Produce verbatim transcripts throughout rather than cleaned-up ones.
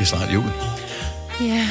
snart jul. Ja.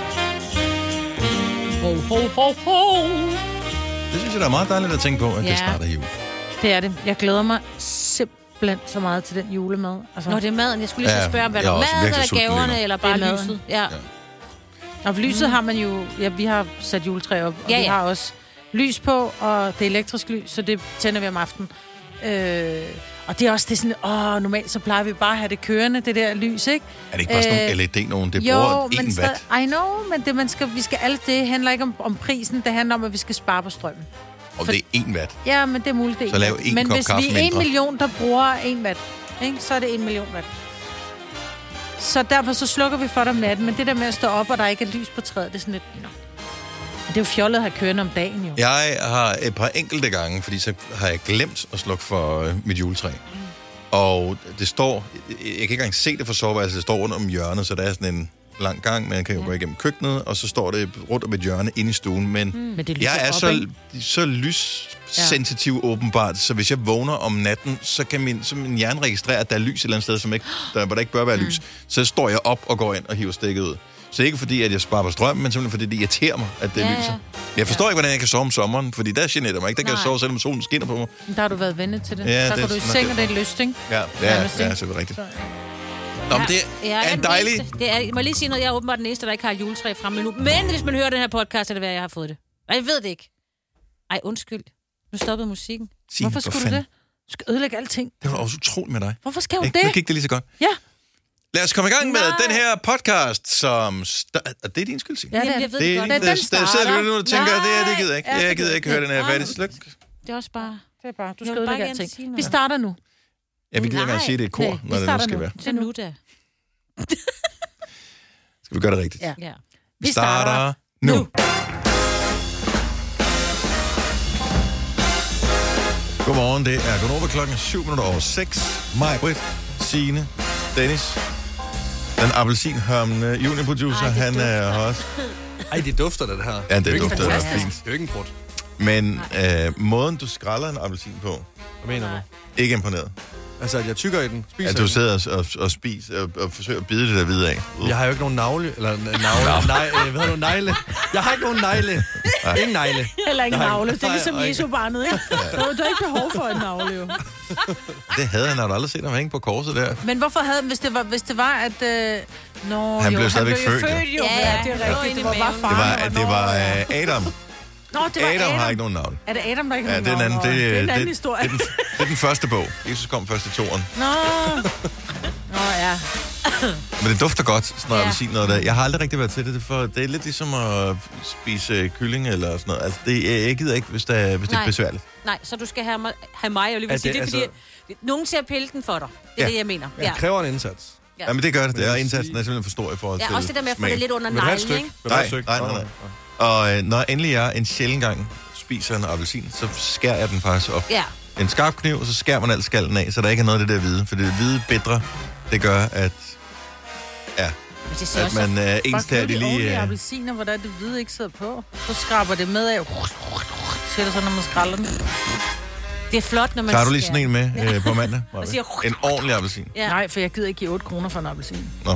Ho, ho, ho, ho. Det synes jeg, der er meget dejligt at tænke på, at Ja. det snart er jul. Det er det. Jeg glæder mig simpelthen så meget til den julemad. Altså. Nå, det er maden. Jeg skulle lige Ja, så spørge, om hvad jeg er der også mad virkelig eller sulten lige gaverne, nu. eller bare Det er maden. lyset. Ja. Ja. Og lyset har man jo... Ja, vi har sat juletræ op, og Ja, vi ja. har også lys på, og det er elektrisk lys, så det tænder vi om aftenen. Øh, og det er også det er sådan... Åh, normalt så plejer vi bare at have det kørende, det der lys, ikke? Er det ikke bare sådan Øh, nogle L E D nogen? Det Jo, bruger men en watt. stadig- I know, men det, man skal, vi skal alt det handler ikke om, om prisen, det handler om, at vi skal spare på strømmen. Og det er en watt. Ja, men det er muligt, det er Så en lav watt. en Men kop hvis kaffe vi er en mindre. million, der bruger en watt, ikke, så er det en million watt. Så derfor så slukker vi for dig om natten, men det der med at stå op, og der ikke er lys på træet, det er sådan lidt... Nå. Det er jo fjollet at have kørende om dagen, jo. Jeg har et par enkelte gange, fordi så har jeg glemt at slukke for øh, mit juletræ. Og det står... Jeg kan ikke engang se det fra soveværelset. Det står rundt om hjørnet, så der er sådan en lang gang. Man kan jo gå igennem køkkenet, og så står det rundt om et hjørne inde i stuen. Men, mm. Men det lyser jeg er op, så, ikke? så lyssensitiv ja. åbenbart, så hvis jeg vågner om natten, så kan min, så min hjerne registrere, at der er lys et eller andet sted, som ikke, der, hvor der ikke bør være mm. lys. Så står jeg op og går ind og hiver stikket ud. Så ikke fordi, at jeg sparer på strøm, men simpelthen fordi, det irriterer mig, at det Ja, lyser. ja. Jeg forstår ja. ikke, hvordan jeg kan sove om sommeren, fordi der generer det mig ikke. Der kan Nej. jeg sove, selvom solen skinner på mig. Men der har du været vennet til det. Ja, så det går du i er seng, og nok det er lyst, ikke? Ja, ja, Nærmest, ja, ikke? så er det rigtigt. Så, Nå, men det Jeg er en den dejlig... eneste- Det er, jeg må lige sige noget, jeg er åbenbart den eneste, der ikke har juletræ fremme nu. Men hvis man hører den her podcast, så er det være, jeg har fået det. Og jeg ved det ikke. Ej, undskyld. Nu stoppede musikken. Signe, hvorfor hvor skulle du fanden? det? Du skal ødelægge alting. Det var også utroligt med dig. Hvorfor skal hun Ikke? det? Nu gik det lige så godt. Ja. Lad os komme i gang med Nej. den her podcast, som... Sta- og det er din skyld, Signe. Ja, det er Jamen, det. jeg ved Det det er godt. din, Den der, der sidder starter. lytter nu og tænker, det er det gider jeg ikke. Nej. Jeg gider ikke høre den her færdig sluk. Det er også bare... Det er bare, du Jeg skal vil bare ødelægge gerne sige alting. noget. Vi starter nu. Ja, vi gider ikke engang Nej. sige, det er et kor, Nej, vi når det nu starter skal nu. være. Så nu da. Skal vi gøre det rigtigt? Ja. Ja. Vi starter nu. nu. Godmorgen, det er Gunova klokken syv minutter over seks. Mig, Britt, Signe, Dennis, den appelsinhørmende juniorproducer, Ej, det han er dufter. også. Ej, det dufter det her. Ja, det er jo ikke dufter en da prut. fint. Det er jo ikke en prut. Men øh, måden, du skræller en appelsin på, Hvad mener du? ikke imponeret. Altså, at jeg tykker i den, spiser At i du den. sidder og, og, og spiser og, og forsøger at bide det der hvide af. Uh. Jeg har jo ikke nogen navle, eller n- navle, nej, øh, hvad hedder du, negle? Jeg har ikke nogen negle. Ingen negle. Heller ikke en Nej, navle. Det er nej, ligesom og ikke- Jesu-barnet, ikke? Du har du har ikke behov for en navle, jo. Det havde han aldrig set ham hænge på korset der. Men hvorfor havde han, hvis det var, hvis det var at... Øh... Nå, Han jo, blev stadigvæk han blev jo født, født, jo. Ja, Ja, ja. det er Lå rigtigt. inde Det i var bare maven. far. Det var, det var øh, Adam. Nå, det var Adam Adam. har ikke nogen navn. Er det Adam, der ikke Ja, har det er en nogen anden, navn? det, Det er en det, anden det, historie. det, er den, det er den første bog. Jesus kom først i toeren. Nå. Nå, ja. Men det dufter godt, sådan noget Ja. appelsin noget der. Jeg har aldrig rigtig været til det, for det er lidt ligesom at spise kylling eller sådan noget. Altså, det, jeg gider ikke, hvis det, er, hvis det er Nej. besværligt. Nej, så du skal have mig, have mig jeg vil lige Er vil sige det det, fordi altså- det, nogen til at pille den for dig. Det er Ja. det, jeg mener. Ja. Ja. Det kræver en indsats. Ja. Ja, men det gør det. Det er jeg vil indsatsen sige- er simpelthen for stor i forhold til Ja, også det der med at få smag. det lidt under Vil du have et neglen, stykke? ikke? Vil du have et Nej, stykke? nej, nej, nej. Og øh, når endelig jeg en sjældent gang spiser en appelsin, så skærer jeg den faktisk op. Ja. En skarp kniv, og så skærer man alt skallen af, så der ikke er noget af det der hvide. For det hvide bitre, det gør, at, ja, Men det ser at også man øh, Bare ens køb der, de de lige... ordentlige Øh, appelsiner, hvor der det hvide ikke sidder på. Så skraber det med af. Ser det så, når man skræller den? det er flot, når man tager du lige skærer. sådan en med øh, på mandag? Maja? siger- En ordentlig appelsin. Ja. Nej, for jeg gider ikke give otte kroner for en appelsin. Nå.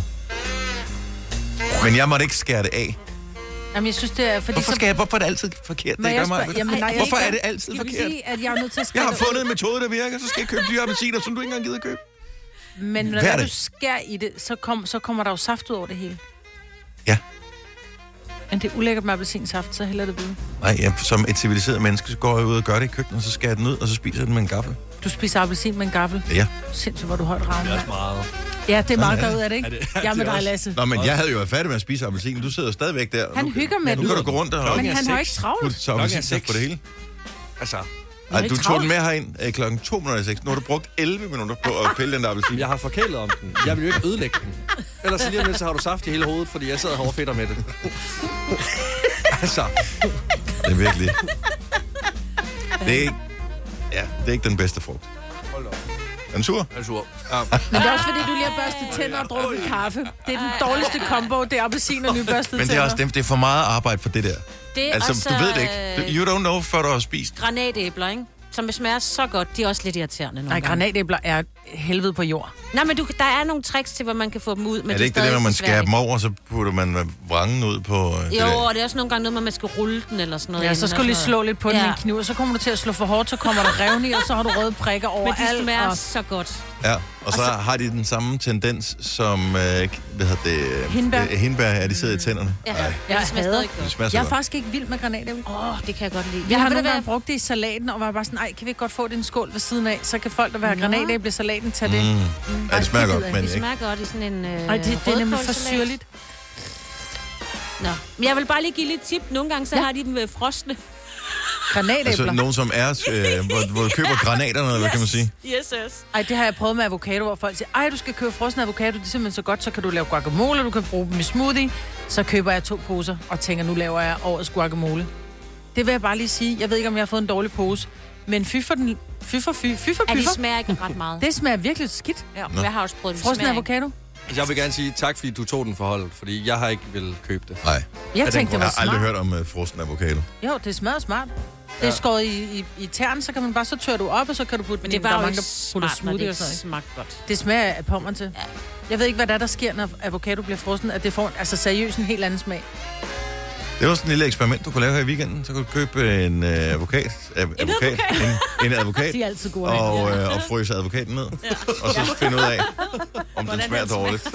Men jeg måtte ikke skære det af. Jamen, jeg synes, det er... Fordi Hvorfor, skal jeg, hvorfor er det altid forkert? Men Det jeg gør mig. spørger- jamen, nej, jeg Hvorfor ikke- er det altid Jeg vil forkert? sige, at jeg er nødt til at Jeg skære har det fundet ud. en metode, der virker, så skal jeg købe dyre appelsiner, som du ikke engang gider købe. Men når Hvad er du det? skærer i det, så, kom, så kommer der jo saft ud over det hele. Ja. Men det er ulækkert med appelsinsaft, så hælder det hvide. Nej, ja, som et civiliseret menneske, så går jeg ud og gør det i køkkenet, så skærer jeg den ud, og så spiser jeg den med en gaffel. Du spiser appelsin med en gaffel. Ja. Sindssygt, hvor du højt ravne. Det er også meget. Ja, det er meget Sådan er godt ud af det, ikke? Er det- Jeg er det med er dig, også- Lasse. Nå, men jeg havde jo været færdig med at spise appelsinen. Du sidder stadigvæk der. Han nu, hygger med Nu det. kan du gå rundt og... Men er han har seks. ikke travlt. Putte så Klokken er appelsinsaft seks. på det hele. Altså, Ej, ikke du tog travlt. den med herind øh, klokken to minutter i seks. Nu har du brugt elleve minutter på at pille den der appelsin. jeg har forkælet om den. Jeg vil jo ikke ødelægge den. Ellers så lige om lidt, så har du saft i hele hovedet, fordi jeg sidder og overfætter med det. Altså, Det er virkelig... Det er ikke... Ja, det er ikke den bedste frugt. hold da op. Er den sur? Jeg er sur. Ja. Men det er også fordi, du lige har børstet tænder og drukket kaffe. Det er den dårligste kombo, det er appelsin og nybørstet tænder. Men det er også det, det er for meget arbejde for det der. Det er Altså, også, du ved det ikke. øh, You don't know, før du har spist. Granatæbler, ikke? Som smager så godt. De er også lidt irriterende nogle Nej, gange. granatæbler er helvede på jord. Nej, men du, der er nogle tricks til, hvor man kan få dem ud. Men er det ikke det, når man skærer dem over, så putter man vrangen ud på... Jo, det og det er også nogle gange noget, hvor man skal rulle den eller sådan noget. Ja, så skal du lige slå lidt på den ja. med en kniv, og så kommer du til at slå for hårdt, så kommer der revne i, og så har du røde prikker over alt. Men de smager og... så godt. Ja, og så, og så har de den samme tendens som, øh, hvad hedder det? Hindbær. Øh, hindbær, ja, de sidder i tænderne. Ja, Ej, jeg det smager hader. stadig godt. det smager så Jeg er godt. faktisk ikke vild med granatæble. Åh, oh, det kan jeg godt lide. Jeg har nogle været- gange brugt det i salaten, og var bare sådan, ej, kan vi ikke godt få det i en skål ved siden af? Så kan folk, der vil have Nå. granatæble-salaten, tage det. Mm. Mm. Ja, det smager Ej, godt, gider jeg men Det ikke. smager godt i sådan en øh, Ej, det, det er nemlig for rødkålssalat. syrligt. Nå, men jeg vil bare lige give lidt tip. Nogle gange, så Ja. har de dem ved frosne. Granatæbler. Altså nogen, som er, øh, hvor, hvor du køber granaterne, eller hvad kan man sige? Yes, yes. Ej, det har jeg prøvet med avocado, hvor folk siger, ej, du skal købe frossen avocado, det er simpelthen så godt, så kan du lave guacamole, du kan bruge dem i smoothie. Så køber jeg to poser, og tænker, nu laver jeg årets guacamole. Det vil jeg bare lige sige. Jeg ved ikke, om jeg har fået en dårlig pose, men fy for den, fy for fy, fy for Ja, de pyffer. smager ikke ret meget. Det smager virkelig skidt. Ja, jeg har også prøvet det. Frossen smager ikke. avocado. Jeg vil gerne sige tak, fordi du tog den for holdet, fordi jeg har ikke vil købe det. Nej, Jeg den tænkte, det jeg var har aldrig smart. hørt om uh, frossen avocado. Jo, det smager smart. Det er skåret i, i, i tern, så kan man bare, så tør du op, og så kan du putte Men den i. det var Der er jo mange, ikke der putter smart, når smoothie det og sådan noget. smagte godt. Det smager af pommer til. Ja. Jeg ved ikke, hvad der, er, der sker, når avocado bliver frossen, at det får altså seriøst en helt anden smag. Det var sådan et lille eksperiment, du kunne lave her i weekenden. Så kunne du købe en øh, advokat, av, en advokat, en, en advokat, De er altid gode. og, øh, og fryse advokaten ned. Ja. Og så finde ud af, om den smager dårligt.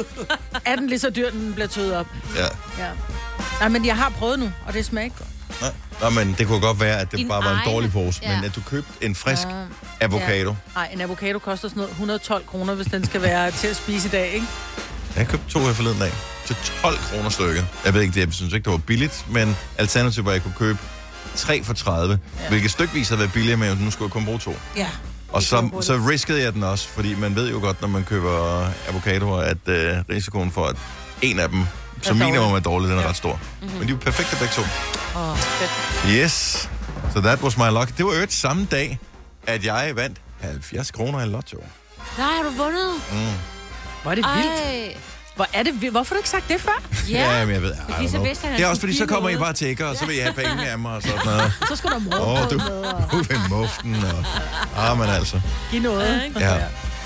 Er den lige så dyr, den bliver tøet op? Ja. Ja. Nej, men jeg har prøvet nu, og det smager ikke godt. Nej. Nå, men det kunne godt være, at det Din bare var en egen. dårlig pose. Ja. Men at du købte en frisk Ja. avocado. Nej, en avocado koster sådan noget et hundrede og tolv kroner, hvis den skal være til at spise i dag, ikke? Jeg købte to her forleden dag til tolv kroner stykket. Jeg ved ikke, det, jeg synes ikke, det var billigt, men alternativet var, at jeg kunne købe tre for tredive, ja. Hvilket stykvis havde været billigere, men nu skulle jeg kun bruge to. Ja. Og så, så riskede jeg den også, fordi man ved jo godt, når man køber avocadoer, at øh, risikoen for, at en af dem som dårlig. minimum er dårlig, den er Ja. ret stor. Mm-hmm. Men de er jo perfekte begge to. Åh, oh, fedt. Yes. So that was my luck. Det var jo samme dag, at jeg vandt halvfjerds kroner i lotto. Nej, har du vundet? Mm. Hvor er det vildt. Ej. Hvor er det vildt. Hvorfor har du ikke sagt det før? Ja. Ja, men jeg ved, I Fordi don't så know. vidste han, at Det er han også fordi, skulle så kommer I give bare til ikke, og så vil I have penge af mig og sådan noget. Så skal du have Åh, morgenbrød du, med og du vil muften og... Ah, men altså. give noget. Ja.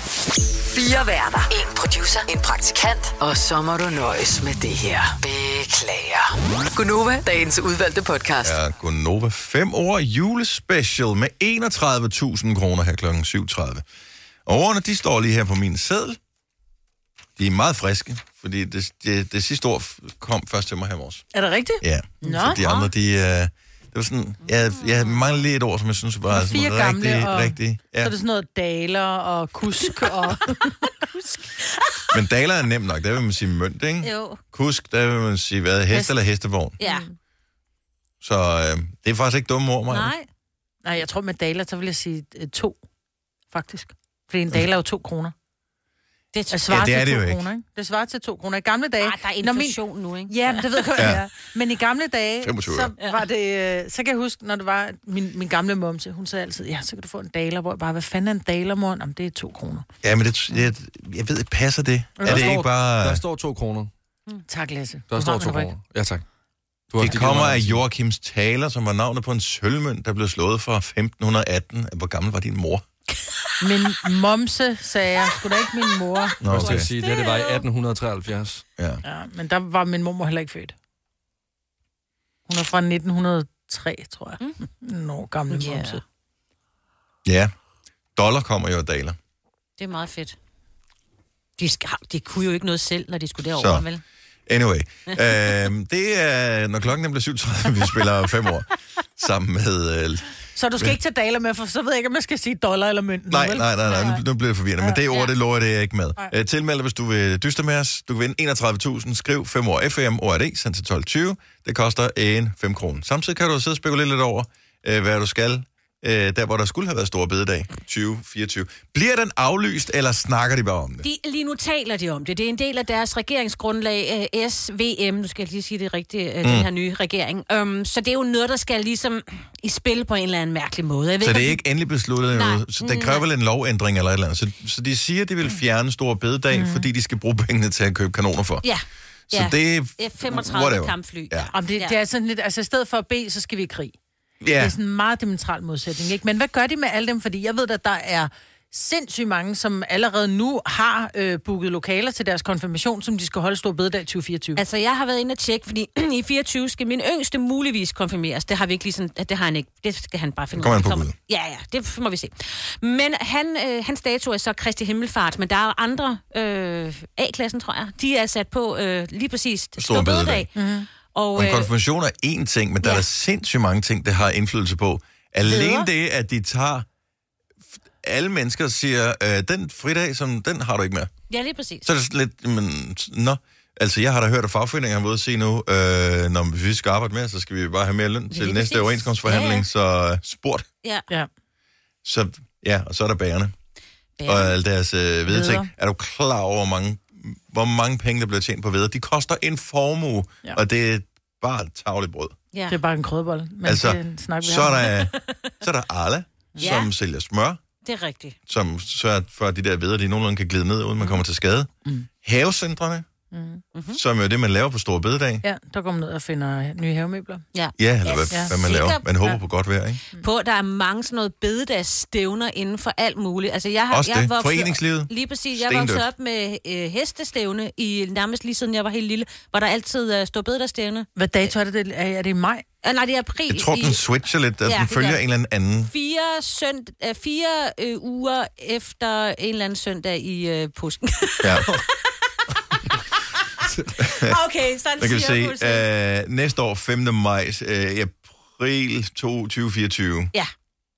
Fire værter. En producer. En praktikant. Og så må du nøjes med det her. Beklager. Gunova, dagens udvalgte podcast. Ja, Gonova fem år julespecial med enogtredive tusind kroner her klokken syv tredive. Og ordene, de står lige her på min seddel. De er meget friske, fordi det, det, det sidste år kom først til mig her i morges. Er det rigtigt? Ja, Nå. så de andre, de... Uh, det var sådan... Jeg, jeg mangler lige et ord, som jeg synes var sådan Fire gamle, rigtig, og rigtig... så Ja. er det sådan noget daler og kusk og... Men daler er nemt nok, der vil man sige mønt, ikke? Jo. Kusk, der vil man sige, hvad, hest, Hest. eller hestevogn. Ja. Så øh, det er faktisk ikke dumme ord, Maja. Nej. Nej, jeg tror med daler, så vil jeg sige øh, to, faktisk. Fordi en daler er jo to kroner. Det Det svarer Ja, det er til det to jo kroner, ikke? Det svarer til to kroner. I gamle dage... Ah, der er når min- inflation nu, ikke? Ja, det ved jeg godt, Ja. ja. Men i gamle dage, femogtyve så var det, øh, så kan jeg huske, når det var min, min gamle momse, hun sagde altid, ja, så kan du få en daler, hvor jeg bare, hvad fanden er en daler, mor? Jamen, det er to kroner. Ja, men det, jeg, jeg ved, passer det? Er Der det står- ikke bare... Der står to kroner. Tak, Lasse. Der Du står har to min ryg. kroner. Ja, tak. Du har Det givet kommer mig af en tid. Joachims taler, som var navnet på en sølvmønt, der blev slået fra femten atten. Hvor gammel var din mor? Min momse, sagde jeg, skulle da ikke min mor. Nå, Jeg skal okay. sige, det, her, det var i atten treoghalvfjerds. Ja. Ja, men der var min mor heller ikke født. Hun er fra nitten hundrede og tre, tror jeg. Mm. Nå, gamle Ja. momse. ja. Dollar kommer jo af daler. Det er meget fedt. De, skal, de kunne jo ikke noget selv, når de skulle Så. derover, vel? Anyway. øhm, det er, når klokken er blevet syv tredive, vi spiller fem år sammen med... Øh, Så du skal ikke tage daler med, for så ved jeg ikke, om jeg skal sige dollar eller mønt. nu, nej, vel? nej, nej, nej, nu, nu bliver det forvirrende. Men det ord, det lover det ikke med. Nej. Øh, tilmeld dig, hvis du vil dyste med os. Du kan vinde enogtredive tusind. Skriv fem år F M, O R D, send til tolv tyve. Det koster en fem kroner. Samtidig kan du sidde og spekulere lidt over, øh, hvad du skal. Øh, der, hvor der skulle have været store bededag, tyve fireogtyve. Bliver den aflyst, eller snakker de bare om det? De, lige nu taler de om det. Det er en del af deres regeringsgrundlag, uh, S V M, nu skal jeg lige sige det rigtigt, uh, mm. den her nye regering. Um, så det er jo noget, der skal ligesom i spil på en eller anden mærkelig måde. Jeg ved, Så det er om- ikke endelig besluttet Nej. endnu. Så det kræver vel en lovændring eller et eller andet. Så, så de siger, at de vil fjerne store bededag, mm. fordi de skal bruge pengene til at købe kanoner for. Ja. Så ja. det er... F femogtredive whatever. kampfly. Ja. Om det, Ja. det er sådan lidt, altså i stedet for at bede, så skal vi i krig. Det Ja, er sådan en meget diametral modsætning, ikke? Men hvad gør de med alle dem? Fordi jeg ved, at der er sindssygt mange, som allerede nu har øh, booket lokaler til deres konfirmation, som de skal holde stor bededag tyve fireogtyve. Altså, jeg har været inde og tjekke, fordi i fireogtyve skal min yngste muligvis konfirmeres. Det har vi ikke lige sådan, det har han ikke. Det skal han bare finde Kommer han på Kommer- Gud? Ja, ja, det må vi se. Men han, øh, hans dato er så Kristi Himmelfart, men der er andre, øh, A-klassen, tror jeg, de er sat på øh, lige præcis Stor bededag. Mm-hmm. Og, Og en øh, konfirmation er én ting, men der ja. er der sindssygt mange ting, det har indflydelse på. Alene Bedre. det, at de tager... Alle mennesker siger, øh, den fridag, som den har du ikke mere. ja, lige præcis. Så er det sådan lidt, men, nå. Altså, jeg har da hørt, at fagforeningen har været ude at sige nu, øh, når vi skal arbejde mere, så skal vi bare have mere løn til Lige næste præcis. overenskomstforhandling, Ja, ja. så øh, spurgt. Ja. Ja. Så, ja, og så er der bagerne. Ja. Og alle deres øh, Vædder. vedting. Er du klar over, hvor mange, hvor mange penge, der bliver tjent på vædder? De koster en formue, ja. Ja. og det er bare et tavligt brød. Ja. Det er bare en krødebold. Men Altså, det er en snak, vi så har. er der, så er der Arla, Ja. som sælger smør, Det er rigtigt. som sørger for, at de der vædder, de nogenlunde kan glide ned, uden man kommer til skade. Mm. Havecentrene, mm. som er jo det, man laver på Store Bededag. Ja, der går man ned og finder nye havemøbler. Ja. Ja, eller hvad, Ja, hvad man laver. sikkert. Man håber Ja. på godt vejr, ikke? På, der er mange sådan noget bededagsstævner inden for alt muligt. Altså, jeg har, Også jeg det. vokset- Foreningslivet. Lige præcis. Jeg Stendødt. voksede op med øh, hestestævne i nærmest lige siden jeg var helt lille, hvor der altid uh, stod bededagsstævne. Hvad dato er det? det? Er, er det i maj? Uh, nej, det er april. Jeg tror, i den switcher lidt. Altså, Ja, den det følger gør en eller anden. fire, sønd, uh, fire øh, uger efter en eller anden søndag i øh, påsken. Ja. Okay, sådan Der kan vi siger se, jeg øh, næste år, femte maj, øh, i april tyve fireogtyve. Ja.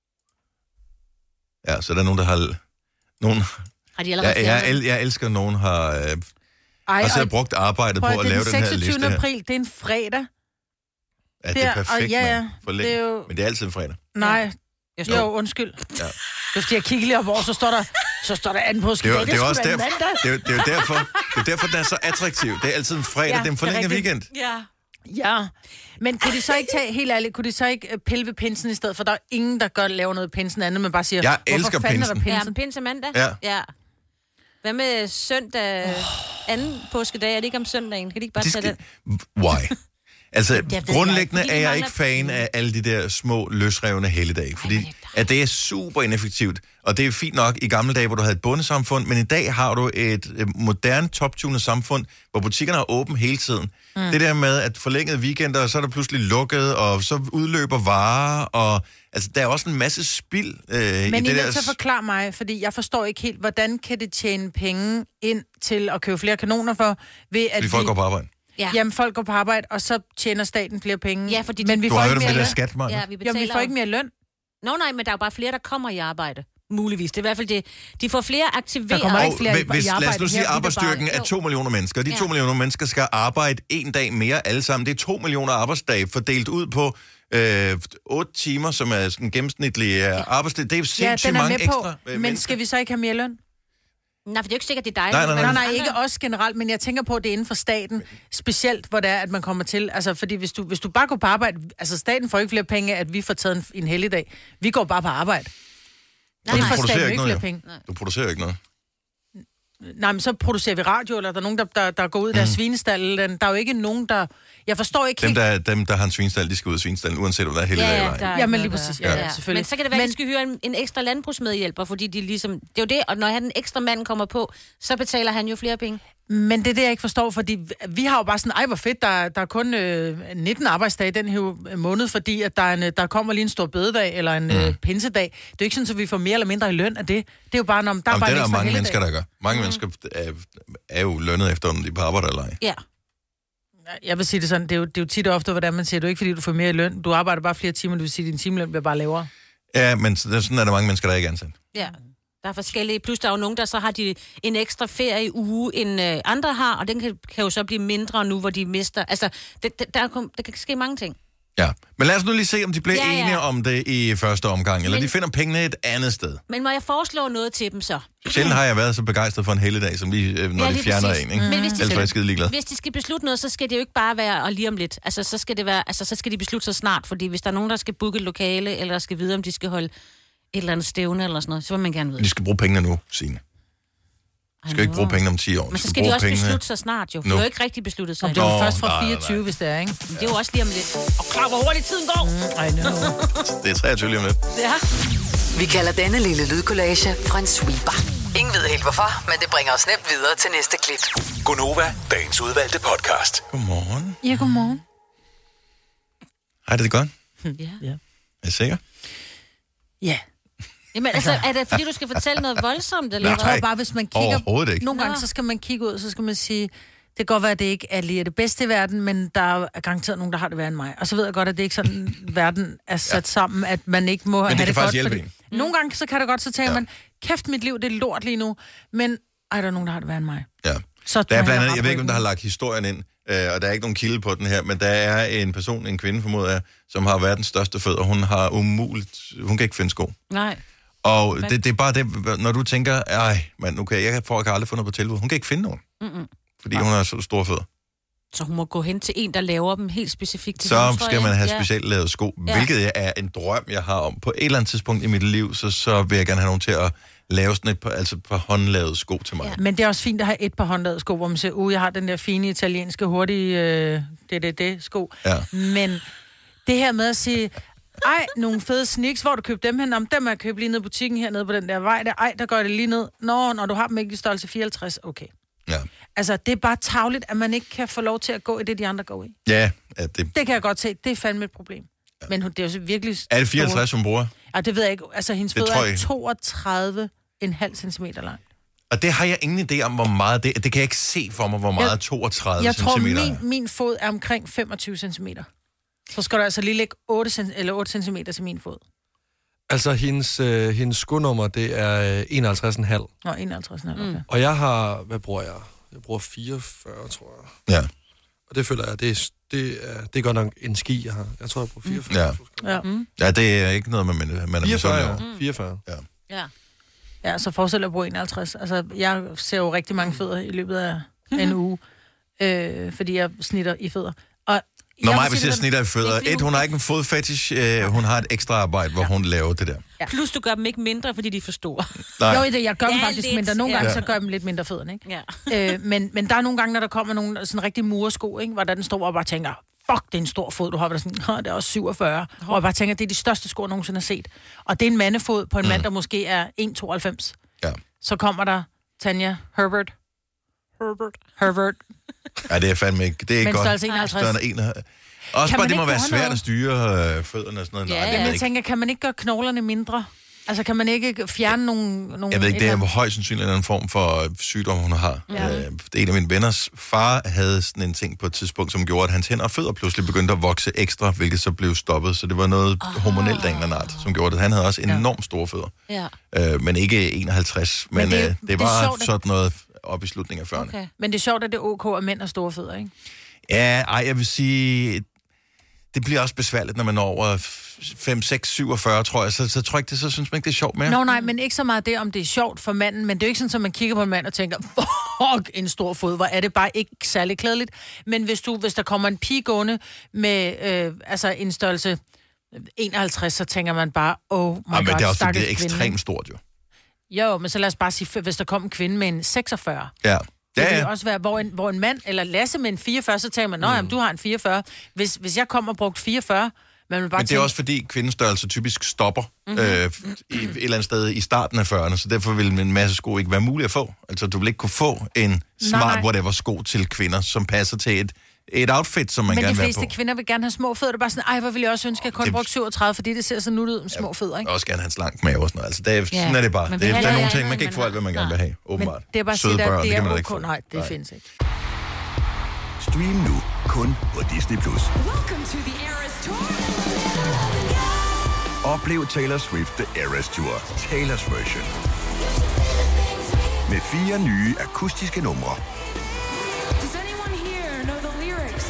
Ja, så der er nogen, der har... Nogen, Har de allerede jeg, jeg, fjernet? el, jeg elsker, at nogen har, øh, Ej, har så og- brugt arbejdet på Prøv, at det er lave den den her seksogtyvende liste her. april, det er en fredag. Ja, det er Der, og perfekt, ja, ja, mand. For det længe. er jo- Men det er altid en fredag. Nej, Jeg jo, undskyld. Ja. Det er fordi, jeg kigger lige op over, så står der, så står der anden påske. Det er, jo- Det, det er skulle også være derfor, mandag. det er, jo- det er jo derfor, det er derfor, den er så attraktiv. Det er altid en fredag, Ja, det er en det er forlænget rigtigt. weekend. Ja. Ja, men kunne de så ikke tage, helt ærligt, kunne de så ikke øh, pille ved pinsen i stedet? For der er ingen, der gør lave noget pinsen andet, men bare siger, Jeg hvorfor elsker fanden er der pinsen. Ja, pinsen? pinse mandag. Ja. ja. Hvad med søndag, oh. anden påskedag? Er det ikke om søndagen? Kan de ikke bare De tage skal, det? why? Altså, ved jeg grundlæggende ikke, fordi er de jeg mangler ikke fan af alle de der små, løsrevne helligdage, fordi at det er super ineffektivt, og det er fint nok i gamle dage, hvor du havde et bondesamfund, men i dag har du et, et moderne, top-tunet samfund, hvor butikkerne er åbne hele tiden. Mm. Det der med, at forlængede weekender, så er der pludselig lukket, og så udløber varer, og altså, der er også en masse spild øh, i Men I det er der... nødt til at forklare mig, fordi jeg forstår ikke helt, hvordan kan det tjene penge ind til at købe flere kanoner for, ved at Fordi folk vi... går på arbejde. Ja. Jamen, folk går på arbejde, og så tjener staten flere penge. Ja, fordi men vi Du får har ikke hørt om mere det der løn. skat, Maja? Ja, vi betaler... Jamen, vi får ikke mere løn. Nå nej, men der er jo bare flere, der kommer i arbejde. Muligvis. Det er i hvert fald det. De får flere aktiveret. Der kommer ikke Og flere i- hvis, i lad os arbejde nu sige, her, at vi arbejdsstyrken bare- er to millioner mennesker. De Ja. to millioner mennesker skal arbejde en dag mere alle sammen. Det er to millioner arbejdsdage fordelt ud på øh, otte timer, som er sådan gennemsnitlig øh, arbejdsdag. Det er jo Ja, sindssygt den er mange med på, ekstra øh, men mennesker. skal vi så ikke have mere løn? Nej, for det er jo ikke sikkert, det er dig. Nej, nej, nej. Nej, nej, ikke også generelt, men jeg tænker på, at det er inden for staten, specielt hvor det er, at man kommer til. Altså, fordi hvis du, hvis du bare går på arbejde, altså staten får ikke flere penge af, at vi får taget en, en helligdag. Vi går bare på arbejde. Og Det du får producerer staten ikke ikke noget, flere jo. penge. Du producerer ikke noget. Nej, men så producerer vi radio, eller der er nogen, der, der, der går ud i deres mm. svinestal. Der er jo ikke nogen, der... Jeg forstår ikke Dem helt... der, dem, der har en svinestal, de skal ud af svinestallen, uanset om der er heldig Ja, dag ja, eller der ej. er Jamen, ikke lige noget præcis. der. Ja, ja, selvfølgelig. Men så kan det være, Men- at de skal hyre en, en ekstra landbrugsmedhjælper, fordi de ligesom... Det er jo det, og når han en ekstra mand kommer på, så betaler han jo flere penge. Men det er det, jeg ikke forstår, fordi vi har jo bare sådan, ej hvor fedt, der, der er kun øh, nitten arbejdsdage den her måned, fordi at der, er en, der kommer lige en stor bededag eller en mm. øh, pinsedag. Det er jo ikke sådan, at vi får mere eller mindre i løn af det. Det er jo bare, når der er Jamen, bare det en er der ekstra mange helligdag. mennesker, der gør. Mange mm. mennesker er, er jo lønnet efter, om de er på arbejde eller ej. Ja. Jeg vil sige det sådan, det er jo, det er jo tit og ofte, hvordan man siger, det er jo ikke fordi, du får mere i løn. Du arbejder bare flere timer, det vil sige, at din timeløn bliver bare lavere. Ja, men sådan er der mange mennesker, der ikke er ansat. Ja. Der er forskellige. Plus der er jo nogen, der så har de en ekstra ferie uge, end øh, andre har, og den kan, kan jo så blive mindre nu, hvor de mister... Altså, det, det, der, kom, der kan ske mange ting. Ja, men lad os nu lige se, om de bliver Ja, ja. enige om det i første omgang, eller Men- de finder pengene et andet sted. Men må jeg foreslå noget til dem så? Sjældent har jeg været så begejstret for en helligdag, som lige, øh, når Ja, de lige fjerner præcis. en, ikke? Men hvis de Ellers var skal- jeg skide ligeglad. Hvis de skal beslutte noget, så skal det jo ikke bare være og lige om lidt. Altså, så skal det være, altså, så skal de beslutte sig snart, fordi hvis der er nogen, der skal booke et lokale, eller skal vide, om de skal holde et eller andet stævne eller sådan noget, så vil man gerne vide. De skal bruge pengene nu, Signe. De skal ikke bruge pengene om ti år. Men så skal bruge de også pengene. beslutte sig snart jo. De Nu. har jo ikke rigtig besluttet sig. Om det er jo Nå, først fra nej, nej, fireogtyve, nej. hvis det er, ikke? Det er jo også lige om lidt. Og klar, hvor hurtigt tiden går. I know. Det er treogtyve lige om lidt. Ja. Vi kalder denne lille lydkollage en sweeper. Ingen ved helt hvorfor, men det bringer os nemt videre til næste klip. Gonova, dagens udvalgte podcast. Godmorgen. Ja, godmorgen. Har det det godt? Ja. Ja. Er I sikker? Ja. Jamen, altså, er det fordi, du skal fortælle noget voldsomt, eller Nej. hvad? Jeg tror bare, hvis man kigger... Overhovedet ikke. Nogle gange, Nå. så skal man kigge ud, så skal man sige... Det kan godt være, at det ikke er lige det bedste i verden, men der er garanteret nogen, der har det værre end mig. Og så ved jeg godt, at det ikke sådan, verden er sat ja. sammen, at man ikke må det have kan det faktisk godt. hjælpe Fordi... Nogle gange, så kan det godt, så tænker Ja. man, kæft, mit liv, det er lort lige nu. Men ej, der er nogen, der har det værre end mig. Ja. Så Der er må blandt have andet, jeg ved ikke, om der har ryggen. lagt historien ind, øh, og der er ikke nogen kilde på den her, men der er en person, en kvinde formoder jeg, som har verdens største fødder. Hun har umuligt, hun kan ikke finde sko. Nej. Og det, det er bare det, når du tænker, ej, mand, okay, jeg får ikke aldrig fundet på tilbud. Hun kan ikke finde nogen, Mm-mm. fordi hun har så store fødder. Så hun må gå hen til en, der laver dem helt specifikt til Så hende, tror skal jeg. man have Ja. specielt lavet sko, Ja. hvilket er en drøm, jeg har om. På et eller andet tidspunkt i mit liv, så, så vil jeg gerne have nogen til at lave sådan et par, altså et par håndlavede sko til mig. Ja. Men det er også fint at have et par håndlavede sko, hvor man siger, uh, jeg har den der fine italienske hurtige øh, det, det, det sko. Ja. Men det her med at sige, ej, nogle fede sneaks, hvor du købte dem hen, om dem har jeg købt lige ned i butikken hernede på den der vej, der, ej, der gør det lige ned. Nå, når du har dem ikke i størrelse fireoghalvtreds, okay. Ja, Altså, det er bare tarveligt, at man ikke kan få lov til at gå i det, de andre går i. ja at det, Det kan jeg godt se, det er fandme et problem. Ja. Men hun- det er jo virkelig er det store- fireoghalvtreds, hun bruger? Ja, det ved jeg ikke. Altså, hendes Det fødder tror er jeg. toogtredive komma fem centimeter lang. Og det har jeg ingen idé om, hvor meget det det kan jeg ikke se for mig, hvor meget Jeg- toogtredive Jeg tror, centimeter min, er. min fod er omkring femogtyve centimeter. Så skal der altså lige lægge otte, cent- eller otte centimeter til min fod. Altså, hendes, øh, hendes skonummer, det er øh, enoghalvtreds komma fem. Nå, enoghalvtreds. Mm. Okay. Og jeg har, hvad bruger jeg? Jeg bruger fireogfyrre, tror jeg. Ja, Og det føler jeg, det er, det er, det er godt nok en ski, jeg har. Jeg tror, jeg bruger fireogfyrre. Ja. Ja. Mm. ja, det er ikke noget, man, man er fireogfyrre, misundelig over. ja. fireogfyrre. Ja. Ja, så forestil dig at bruge enoghalvtreds. Altså, jeg ser jo rigtig mange fødder i løbet af en uge, øh, fordi jeg snitter i fødder. Og Når jeg mig vil vil sige, sige snitter i Det fødder. er fordi, Et, hun- hun har ikke en fodfetish. Øh, hun har et ekstra arbejde, hvor hun laver det der. Plus, du gør dem ikke mindre, fordi de er for store. Nej. Jo, det, jeg gør dem Ja, faktisk lidt. mindre. Nogle gange, Ja. så gør jeg dem lidt mindre fødderne, ikke? Ja. øh, men, men der er nogle gange, når der kommer nogle sådan rigtig mursko, ikke? Hvor der den står og bare tænker, fuck, det er en stor fod, du har. Hvor der sådan, det er også syvogfyrre. Og jeg bare tænker, det er de største sko, jeg nogensinde har set. Og det er en mandefod på en mand, der måske er en komma tooghalvfems. Ja. Så kommer der Tanja Herbert. Herbert. Herbert. Ja, det er fandme ikke. Det er ikke Men godt. størrelse enoghalvtreds. Større end en- Også Kan bare, man det må ikke være gøre svært noget? at styre øh, fødderne og sådan noget. Ja, Nej, ja. det Jamen, er jeg ikke. tænker, kan man ikke gøre knoglerne mindre? Altså, kan man ikke fjerne nogle... nogle Jeg ved ikke, det er et eller højst sandsynligt en eller anden form for sygdom, hun har. Ja. Øh, en af mine venners far havde sådan en ting på et tidspunkt, som gjorde, at hans hænder og fødder pludselig begyndte at vokse ekstra, hvilket så blev stoppet. Så det var noget oh. hormonelt af en eller anden art, som gjorde det. Han havde også enormt store fødder. Ja. Øh, men ikke enoghalvtreds. Men, Men det- det, øh, det, det er var sjovt, at- sådan noget op i slutningen af fyrrerne. Okay. Men det er sjovt, at det er ok, at mænd har store fødder, ikke? Ja, ej, jeg vil sige, det bliver også besværligt, når man når over fem, seks, syvogfyrre, tror jeg. Så, så tror jeg ikke, det, så synes man ikke, det er sjovt mere. Nå nej, men ikke så meget det, om det er sjovt for manden, men det er jo ikke sådan, at man kigger på en mand og tænker, fuck, en stor fod, hvor er det bare ikke særlig klædeligt. Men hvis, du, hvis der kommer en pige gående med øh, altså en størrelse enoghalvtreds, så tænker man bare, oh my Ej, men god, det er også, stakkels det er kvinde. ekstremt stort, jo. Jo, men så lad os bare sige, hvis der kom en kvinde med en seksogfyrre, Ja. det Ja, vil ja. jo også være, hvor en, hvor en mand, eller Lasse med en fireogfyrre, så tænker man, nå, jamen, du har en fireogfyrre. Hvis, hvis jeg kommer og brugt fireogfyrre, man vil bare Men det er tænke, også fordi, kvindestørrelse typisk stopper mm-hmm. øh, i, et eller andet sted i starten af fyrrerne, så derfor vil en masse sko ikke være mulige at få. Altså, du vil ikke kunne få en smart nej. whatever sko til kvinder, som passer til et, et outfit, som man men gerne de vil have fleste på. kvinder vil gerne have små fødder. Det er bare sådan, ej, hvor vil jeg også ønske, at jeg kun Det- brugte syvogtredive, fordi det ser så nuttet ud med små fødder, ikke? Jeg vil også gerne have en slank mave og sådan noget. Altså, det er, Ja. sådan er det bare. Man Det, vil er- der er hellere nogle have ting, man noget, kan ikke få man alt, hvad man har. gerne vil have, Men åbenbart. det er bare at Søde sige, at børn, det det kan man da er ikke få. ok. Nej, det Nej. findes ikke. Stream nu kun på Disney plus. Oplev Taylor Swift The Eras Tour, Taylor's version. Med fire nye akustiske numre. Does anyone here know the lyrics?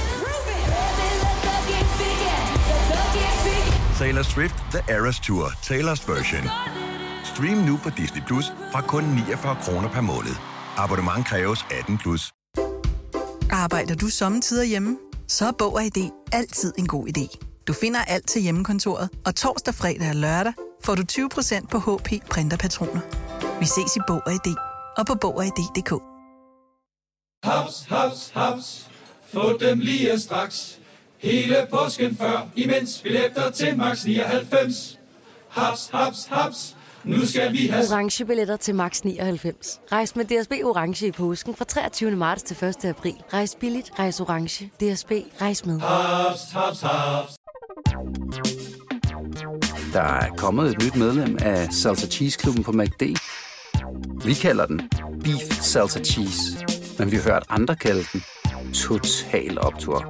Taylor Swift The Eras Tour, Taylor's version. Stream nu på Disney plus fra kun niogfyrre kroner per måned. Abonnement kræves atten plus. Arbejder du sommetider hjemme? Så er Bog og I D altid en god idé. Du finder alt til hjemmekontoret, og torsdag, fredag og lørdag får du tyve procent på H P printerpatroner. Vi ses i Bog og I D og på bog og i d punktum d k. Haps, haps, haps. Få dem lige straks. Hele påsken før, imens billetter til max nioghalvfems. Haps, haps, haps. Nu skal vi have orange billetter til max nioghalvfems. Rejs med D S B Orange i påsken fra treogtyvende marts til første april. Rejs billigt, rejs orange. D S B, rejs med. haps, haps, haps. Der er kommet et nyt medlem af Salsa Cheese Klubben på McD. Vi kalder den Beef Salsa Cheese, men vi har hørt andre kalde den Total Optur.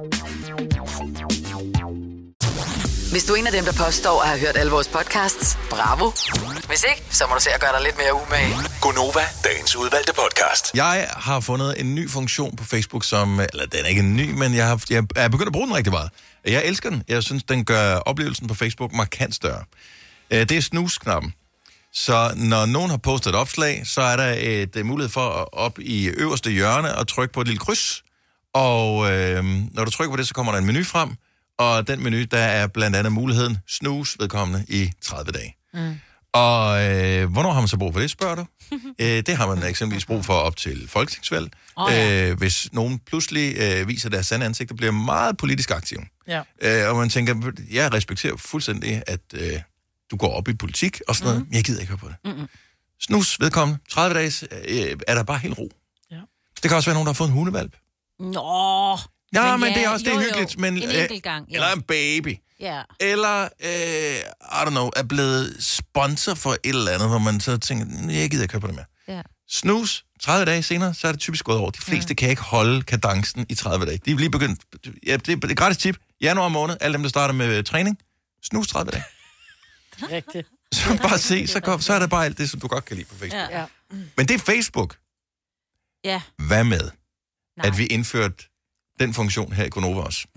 Hvis du er en af dem, der påstår at have hørt alle vores podcasts, bravo. Hvis ikke, så må du se at gøre dig lidt mere umage. Gonova, dagens udvalgte podcast. Jeg har fundet en ny funktion på Facebook, som... Eller den er ikke en ny, men jeg, har, jeg er begyndt at bruge den rigtig meget. Jeg elsker den. Jeg synes, den gør oplevelsen på Facebook markant større. Det er snus-knappen. Så når nogen har postet et opslag, så er der et mulighed for at op i øverste hjørne og trykke på et lille kryds. Og øh, når du trykker på det, så kommer der en menu frem. Og den menu, der er blandt andet muligheden snus vedkommende i tredive dage. Mm. Og øh, hvornår har man så brug for det, spørger du? Æ, det har man eksempelvis brug for op til folketingsvalg. Oh, ja. øh, hvis nogen pludselig øh, viser deres sande ansigt og bliver meget politisk aktiv. Ja. Øh, og man tænker, jeg respekterer fuldstændig, at øh, du går op i politik og sådan noget, mm. men jeg gider ikke høre på det. Mm-mm. Snus vedkommende, tredive dage, øh, er der bare helt ro. Ja. Det kan også være nogen, der har fået en hundevalp. Nå... Ja, men, men ja, det er også jo, det er hyggeligt. jo. Men, en enkelt gang. Ja. Eller en baby. Ja. Eller, øh, I don't know, er blevet sponsor for et eller andet, hvor man så tænker, jeg gider ikke køre på det mere. Ja. Snus, tredive dage senere, så er det typisk gået over. De fleste mm. kan ikke holde kadencen i tredive dage. De er lige begyndt, ja, det er et gratis tip. Januar måned, alle dem, der starter med træning, snus tredive dage. Rigtigt. Så bare se, så, går, så er det bare alt det, som du godt kan lide på Facebook. Ja. Men det er Facebook. Ja. Hvad med, Nej. at vi indførte den funktion her i Gonova også?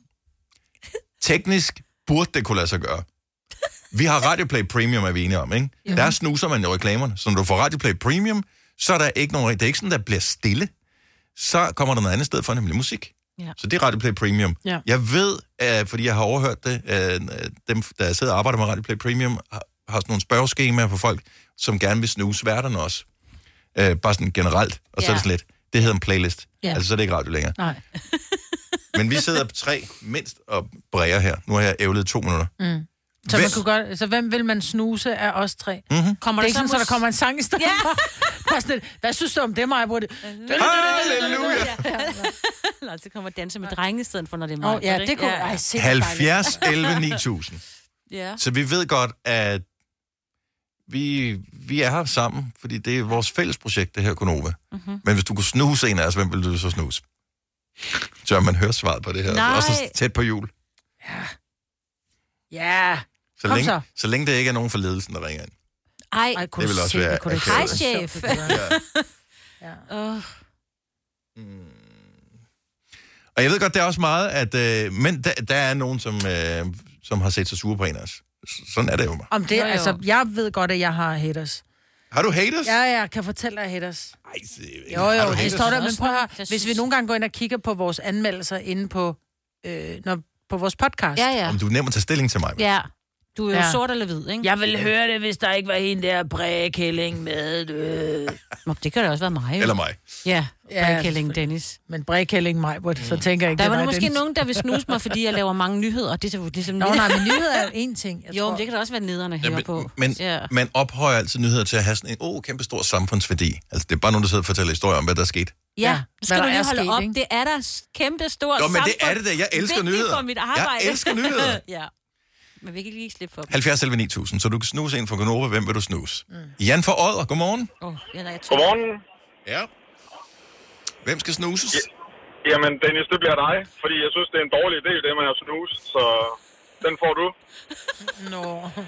Teknisk burde det kunne lade sig gøre. Vi har Radioplay Premium, er vi enige om, ikke? Jo. Der snuser man jo reklamerne. Så når du får Radioplay Premium, så er der ikke nogen... Det er ikke sådan, der bliver stille. Så kommer der noget andet sted for, nemlig musik. Ja. Så det er Radioplay Premium. Ja. Jeg ved, uh, fordi jeg har overhørt det, uh, dem, der sidder og arbejder med Radioplay Premium, har, har sådan nogle spørgeskemaer for folk, som gerne vil snuse værterne også. Uh, bare sådan generelt. Og ja. Så er det sådan lidt... Det hedder en playlist. Ja. Altså, så er det ikke radio længere. Nej. Men vi sidder på tre mindst og bræger her. Nu har jeg ævlet to minutter. Mm. Så, man kunne godt, så hvem vil man snuse af os tre? Mm-hmm. Kommer det er ikke sådan, så der kommer en sang i stedet. Ja. Hvad synes du om det, Maja? Halleluja! Eller så kommer danse med drenge i stedet for, når det er mig. Oh, ja, det kunne jeg se. halvfjerds elleve ni tusind. Ja. Så vi ved godt, at vi, vi er her sammen, fordi det er vores fælles projekt, det her Gonova. Mm-hmm. Men hvis du kunne snuse en af os, hvem vil du så snuse? Så man hører svaret på det her. Nej. Også tæt på jul. Ja. Ja. Så længe, så. så længe det ikke er nogen for ledelsen, der ringer ind. Ej, det vil også være... Hej, chef. Ja. Ja. Uh. Mm. Og jeg ved godt, det er også meget, at... Øh, men der, der er nogen, som, øh, som har set sig sure på en af os. Sådan er det jo. Om det, jo, jo. Altså, jeg ved godt, at jeg har haters. Har du haters? Ja, jeg kan fortælle dig haters. Ej, jo, jo, det står der, men prøv at høre. Hvis vi nogle gange går ind og kigger på vores anmeldelser inde på, øh, når, på vores podcast. Ja, ja. Om du er nem at tage stilling til mig. Ja. Du er jo ja. sort eller hvid, ikke? Jeg ville høre det, hvis der ikke var en der brækælling med... Øh. Det kan da også være mig. Jo. Eller mig. Ja, brækælling Dennis. Men brækælling mig, mm. så tænker jeg ikke, der var det måske Dennis. Nogen, der vil snuse mig, fordi jeg laver mange nyheder. Det er så ligesom... Nå, nej, men nyheder er jo én ting. Jo, men det kan da også være nederne her ja, men, på. Men ja. Man ophøjer altid nyheder til at have sådan en oh, kæmpe stor samfundsværdi. Altså, det er bare nogen, der sidder og fortæller historier om, hvad der er sket. Ja, ja. Nu skal du lige holde sket, op. Ikke? Det er der kæmpe stor samfund. Jo, men det er det da. Jeg elsker nyheder. For mit arbejde. Jeg elsker nyheder. Ja. Men vi kan lige slippe for dem. halvfjerds elleve ni tusind, så du kan snuse en fra Gonova. Hvem vil du snuse? Mm. Jan fra Odder, godmorgen. Oh, ja, nej, godmorgen. Ja. Hvem skal snuses? Ja. Jamen, Dennis, det bliver dig. Fordi jeg synes, det er en dårlig idé, det med at snuse. Så den får du. Nå.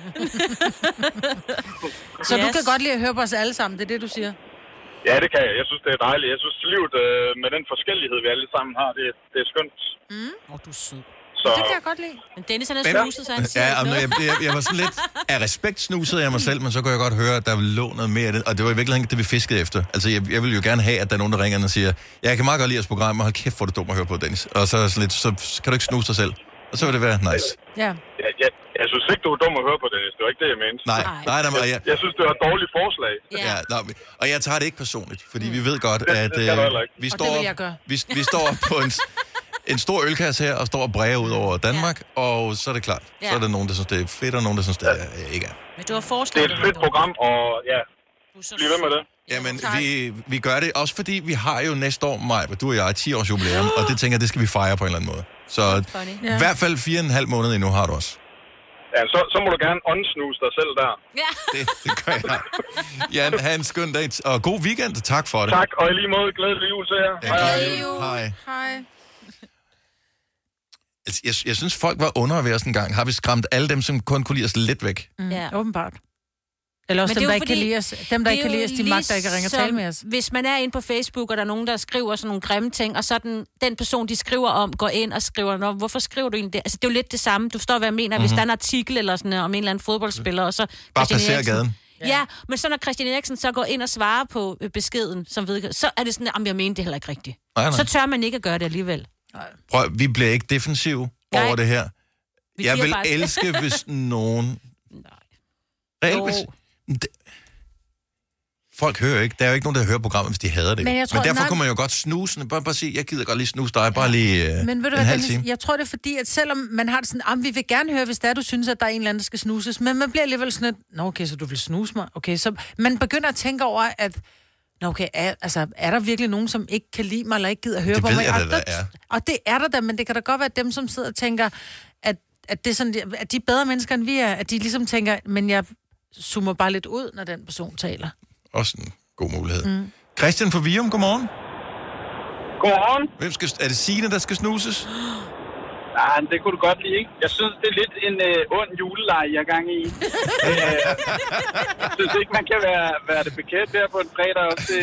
Så yes. Du kan godt lide at høre på os alle sammen, det er det, du siger? Ja, det kan jeg. Jeg synes, det er dejligt. Jeg synes, livet øh, med den forskellighed, vi alle sammen har, det, det er skønt. Mm. Åh, oh, du er sød. Så... Det kan jeg godt lide. Men Dennis, han er snuset, så han siger ja, jeg, jeg, jeg var sådan lidt... Af respekt snusede jeg mig selv, men så kunne jeg godt høre, at der lå noget mere af det. Og det var i virkeligheden det, vi fiskede efter. Altså, jeg, jeg vil jo gerne have, at der er nogen, der ringer og siger, jeg kan meget godt lide jeres program, og hold kæft, hvor er det dumt at høre på, Dennis. Og så, sådan lidt, så kan du ikke snuse dig selv. Og så vil det være nice. Ja. Jeg, jeg, jeg synes ikke, du er dum at høre på, Dennis. Det var ikke det, jeg mente. Nej, nej, nej. nej jeg, jeg synes, det var et dårligt forslag. Ja, ja nej, og jeg tager det ikke personligt, fordi vi ved godt, at det, det øh, vi, står, vi, vi står på en... en stor ølkasse her og står og bræger ud over Danmark, ja. og så er det klart. Ja. Så er der nogen, der synes, det er fedt, og nogen, der synes, det er, ja. ikke er. Men du har foreslået det. er et fedt program, og ja, bliv ved med det. Jamen, vi, vi gør det også, fordi vi har jo næste år, Maja, du og jeg, ti års jubilæum, og det tænker jeg, det skal vi fejre på en eller anden måde. Så ja. i hvert fald fire og en halv måned endnu har du også. Ja, så, så må du gerne åndsnuse dig selv der. Ja. Det, det gør jeg. Jan, have en skøn dag, og god weekend. Tak for det. Tak, og i lige måde glædelig jul til jer. Ja, hej. Hej. Hej. Jeg, jeg synes, folk var under ved os en gang. Har vi skræmt alle dem, som kun kunne lide os lidt væk? Mm. Ja, åbenbart. Eller også dem, der ikke kan lide os. Dem, der ikke kan lide os, de magter ikke at ringe og tale med os. Hvis man er inde på Facebook, og der er nogen, der skriver sådan nogle grimme ting, og så den, den person, de skriver om, går ind og skriver, Nå, hvorfor skriver du egentlig det? Altså, det er jo lidt det samme. Du forstår, hvad jeg mener. Mm-hmm. Hvis der er en artikel eller sådan, om en eller anden fodboldspiller, og så... Bare passerer gaden. Ja. ja, men så når Christian Eriksen så går ind og svarer på beskeden, som ved, så er det sådan, at jeg mener det heller ikke rigtigt. Nej, nej. Så tør man ikke at gøre det alligevel. Prøv, vi bliver ikke defensive nej. over det her. Vi jeg vil bare... elske, hvis nogen... Reelt, hvis... Det... Folk hører ikke. Der er jo ikke nogen, der hører programmet, hvis de hader det. Men, tror, men derfor nej... kunne man jo godt snuse. Bare, bare sige, jeg gider godt lige snuse dig, bare lige uh, men ved du, en halv time. Jeg tror det er fordi, at selvom man har det sådan, ah, vi vil gerne høre, hvis det er, du synes, at der er en eller anden, der skal snuses, men man bliver alligevel sådan et, nå okay, så du vil snuse mig. Okay, så man begynder at tænke over, at nå okay, er, altså, er der virkelig nogen, som ikke kan lide mig, eller ikke gider høre det på mig? Det ved jeg, der, der er. Og det er der da, men det kan da godt være dem, som sidder og tænker, at, at, det er sådan, at de er bedre mennesker, end vi er, at de ligesom tænker, men jeg zoomer bare lidt ud, når den person taler. Også en god mulighed. Mm. Christian fra Vium, godmorgen. Godmorgen. Hvem skal, er det Signe, der skal snuses? Nej, det kunne du godt lide, ikke? Jeg synes, det er lidt en øh, ond juleleje, jeg er gang i. øh, jeg synes ikke, man kan være, være det bekendt der på en fredag også til,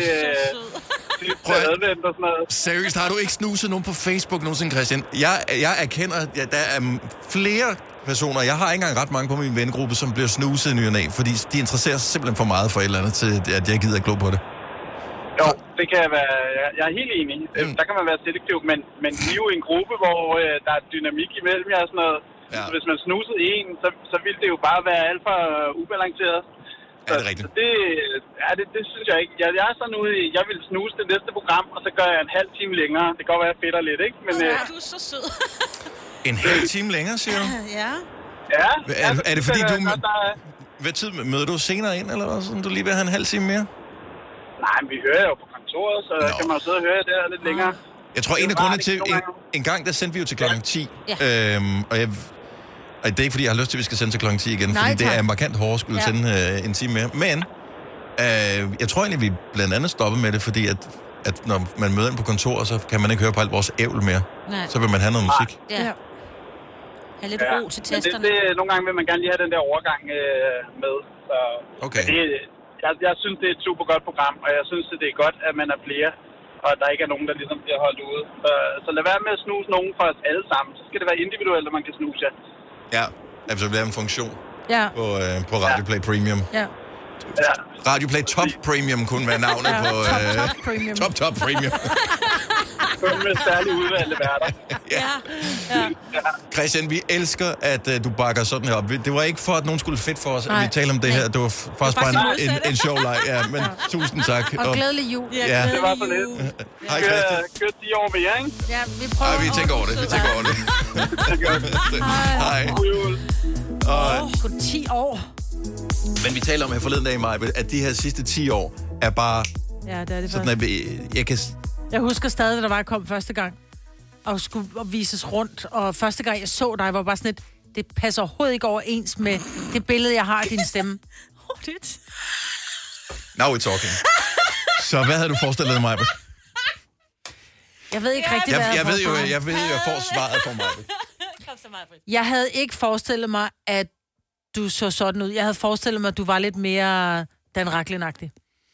øh, til advent og sådan noget. Seriøst, har du ikke snuset nogen på Facebook nogensinde, Christian? Jeg, jeg erkender, at ja, der er flere personer, jeg har ikke engang ret mange på min vennegruppe, som bliver snuset i ny og næ, fordi de interesserer sig simpelthen for meget for et eller andet, til at jeg gider at glo på det. Jo, det kan jeg være, jeg, jeg er helt enig. Mm. Der kan man være selektiv, men, men vi er jo en gruppe, hvor øh, der er dynamik imellem jer og sådan noget. Ja. Så hvis man snusede en, så, så ville det jo bare være alt for ubalanceret. Så, er det rigtigt? Så det, ja, det, det synes jeg ikke. Jeg, jeg er sådan ude i, jeg vil snuse det næste program, og så gør jeg en halv time længere. Det kan godt være, jeg fedter lidt, ikke? Men, ja, øh, du er så sød. En halv time længere, siger du? Ja. Ja. Er, er, er det fordi, du... Hvad tid møder du senere ind, eller hvad? Så du lige vil have en halv time mere? Nej, men vi hører jo på kontoret, så Nå. kan man sidde og høre det lidt længere. Jeg tror, en af grundene til... En, en gang, der sendte vi jo til klokken ti. Ja. Øhm, og, jeg, og det er ikke, fordi jeg har lyst til, at vi skal sende til klokken ti igen, Nej, fordi tak. det er markant hårdere at skulle ja. sende øh, en time mere. Men øh, jeg tror egentlig, vi blandt andet stopper med det, fordi at, at når man møder ind på kontoret, så kan man ikke høre på alt vores ævl mere. Nej. Så vil man have noget musik. Ja. ja. Ha' lidt ro til testerne. Det, det, nogle gange vil man gerne lige have den der overgang øh, med. Så, okay. Det, jeg, jeg synes, det er et super godt program, og jeg synes, det er godt, at man er flere, og der ikke er nogen, der ligesom bliver holdt ude. Så, så lad være med at snuse nogen for os alle sammen. Så skal det være individuelt, at man kan snuse jer. Ja, altså det er en funktion ja. på, øh, på Radioplay ja. Premium. Ja. Ja. Radioplay Top Premium kunne være navnet ja, på... Øh, top, top Premium. Top Top Premium. Kun med særlig udvalgte værter. ja. ja. ja. Christian, vi elsker, at uh, du bakker sådan her op. Det var ikke for, at nogen skulle fedt for os, Nej. at vi taler om det her. Det var faktisk det var bare en, en, en sjov leg. Ja, men ja. tusind tak. Og, og glædelig jul. Ja, ja. Det var så lidt. Hej, Christian. Kør ti år med jer, ikke? Ja, vi prøver. Ej, vi tænker over det. Vi tænker over det. Hej. Hej. Åh, kun ti år. Men vi taler om her forleden dag, Maja, at de her sidste ti år er bare... Ja, det er det sådan, at vi, jeg kan... Jeg husker stadig, da der var, jeg kom første gang, og skulle vises rundt, og første gang, jeg så dig, var bare sådan et, det passer overhovedet ikke overens med det billede, jeg har af din stemme. Hurtigt. Now we're talking. Så hvad havde du forestillet dig, Maja? Jeg ved ikke rigtig, jeg, hvad jeg, jeg ved jo, jeg ved jo, jeg får svaret for mig. Jeg havde ikke forestillet mig, at du så sådan ud. Jeg havde forestillet mig, at du var lidt mere Dan Rachlin-agtig.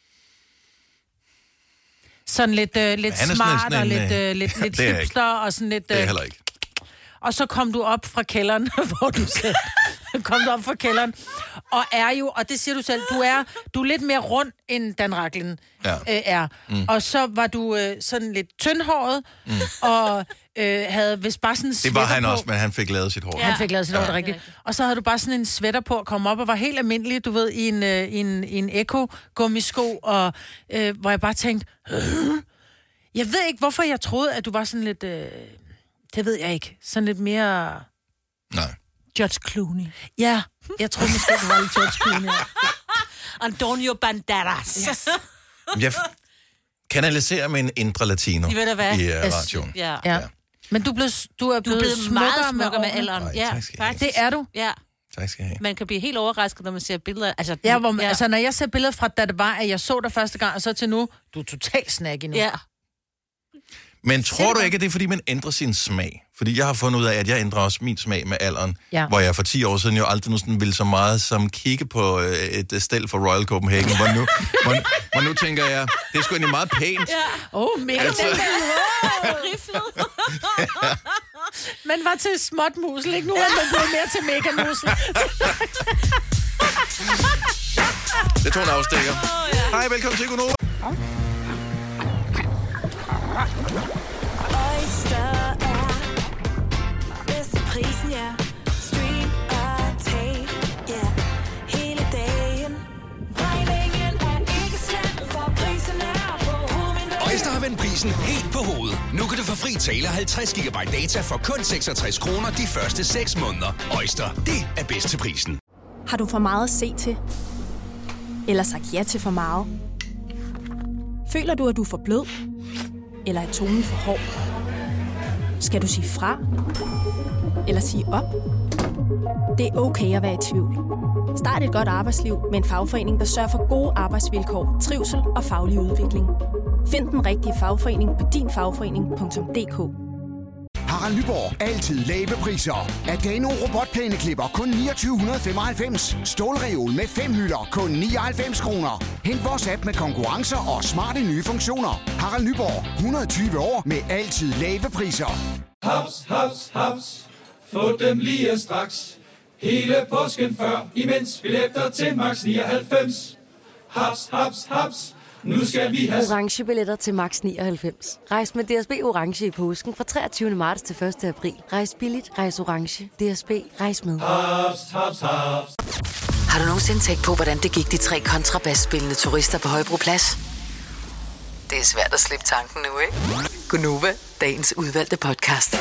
Sådan lidt, øh, lidt smart og lidt, øh, lidt, lidt hipster og sådan lidt... Øh, det er heller ikke. Og så kom du op fra kælderen, hvor du selv kom du op fra kælderen, og er jo, og det siger du selv, du er, du er lidt mere rund, end Dan Rachlin ja. øh, er. Mm. Og så var du øh, sådan lidt tyndhåret, mm. og øh, havde vist bare sådan en det var han på. Også, men han fik lavet sit hår. Ja. Han fik lavet sit hår, ja. det rigtigt. Og så havde du bare sådan en sweater på at komme op, og var helt almindelig, du ved, i en, øh, i en, i en Eko-gummisko, og øh, hvor jeg bare tænkte, øh, jeg ved ikke, hvorfor jeg troede, at du var sådan lidt... Øh, Det ved jeg ikke. Sådan lidt mere... Nej. George Clooney. Ja, jeg tror måske, det var lidt George Clooney. Antonio Banderas. Yes. Jeg kanaliserer med en indre latino I ved da hvad? i uh, Yes. radioen. Ja. Ja. Men du, blev, du er blevet, Du er blevet smukkere meget smukkere med årene. alderen. Ej, Ja, tak skal I have. faktisk. Det er du. Ja. Tak skal jeg have. Man kan blive helt overrasket, når man ser billeder. Altså, Ja, hvor man, ja. Altså, når jeg ser billeder fra, da det var, at jeg så dig første gang, og så til nu, du er totalt snacky nu. Ja. Men tror du ikke, at det er, fordi man ændrer sin smag? Fordi jeg har fundet ud af, at jeg ændrer også min smag med alderen. Ja. Hvor jeg for ti år siden jo aldrig nogensinde ville så meget som kigge på øh, et stel for Royal Copenhagen. Hvor nu, hvor, hvor nu tænker jeg, det er sgu egentlig meget pænt. Ja. Åh, oh, mega Altså- altså... Riflet. Man var til småt musel, ikke? Nu er man blevet mere til mega musel. Det tog en afstikker. Oh, ja. Hej, velkommen til Gunova. Oyster er bedst til prisen, ja. Stream og tag, ja. Hele dagen. Regningen er ikke slem, for prisen er på hovedet. Oyster har vendt prisen helt på hovedet. Nu kan du få fri tale halvtreds gigabyte data for kun seksogtres kroner de første seks måneder. Oyster, det er bedst til prisen. Har du for meget at se til? Eller sagt ja til for meget? Føler du, at du er for blød? Eller er tonen for hård? Skal du sige fra? Eller sige op? Det er okay at være i tvivl. Start et godt arbejdsliv med en fagforening, der sørger for gode arbejdsvilkår, trivsel og faglig udvikling. Find den rigtige fagforening på din fagforening punktum d k. Harald Nyborg. Altid lave priser. Adano robotplæneklipper kun niogtyve femoghalvfems. Stålreol med fem hylder kun nioghalvfems kroner. Hent vores app med konkurrencer og smarte nye funktioner. Harald Nyborg. hundrede og tyve år med altid lave priser. Haps, haps, haps. Få dem lige straks. Hele påsken før, imens billetter til max nioghalvfems. Haps, haps, haps. Nu skal vi have... Orange billetter til max nioghalvfems. Rejs med D S B Orange i påsken fra treogtyvende marts til første april. Rejs billigt, rejs orange. D S B, rejs med. Haps, haps, haps. Har du nogensinde tænkt på, hvordan det gik de tre kontrabasspillende turister på Højbroplads? Det er svært at slippe tanken nu, ikke? Gunova, dagens udvalgte podcast.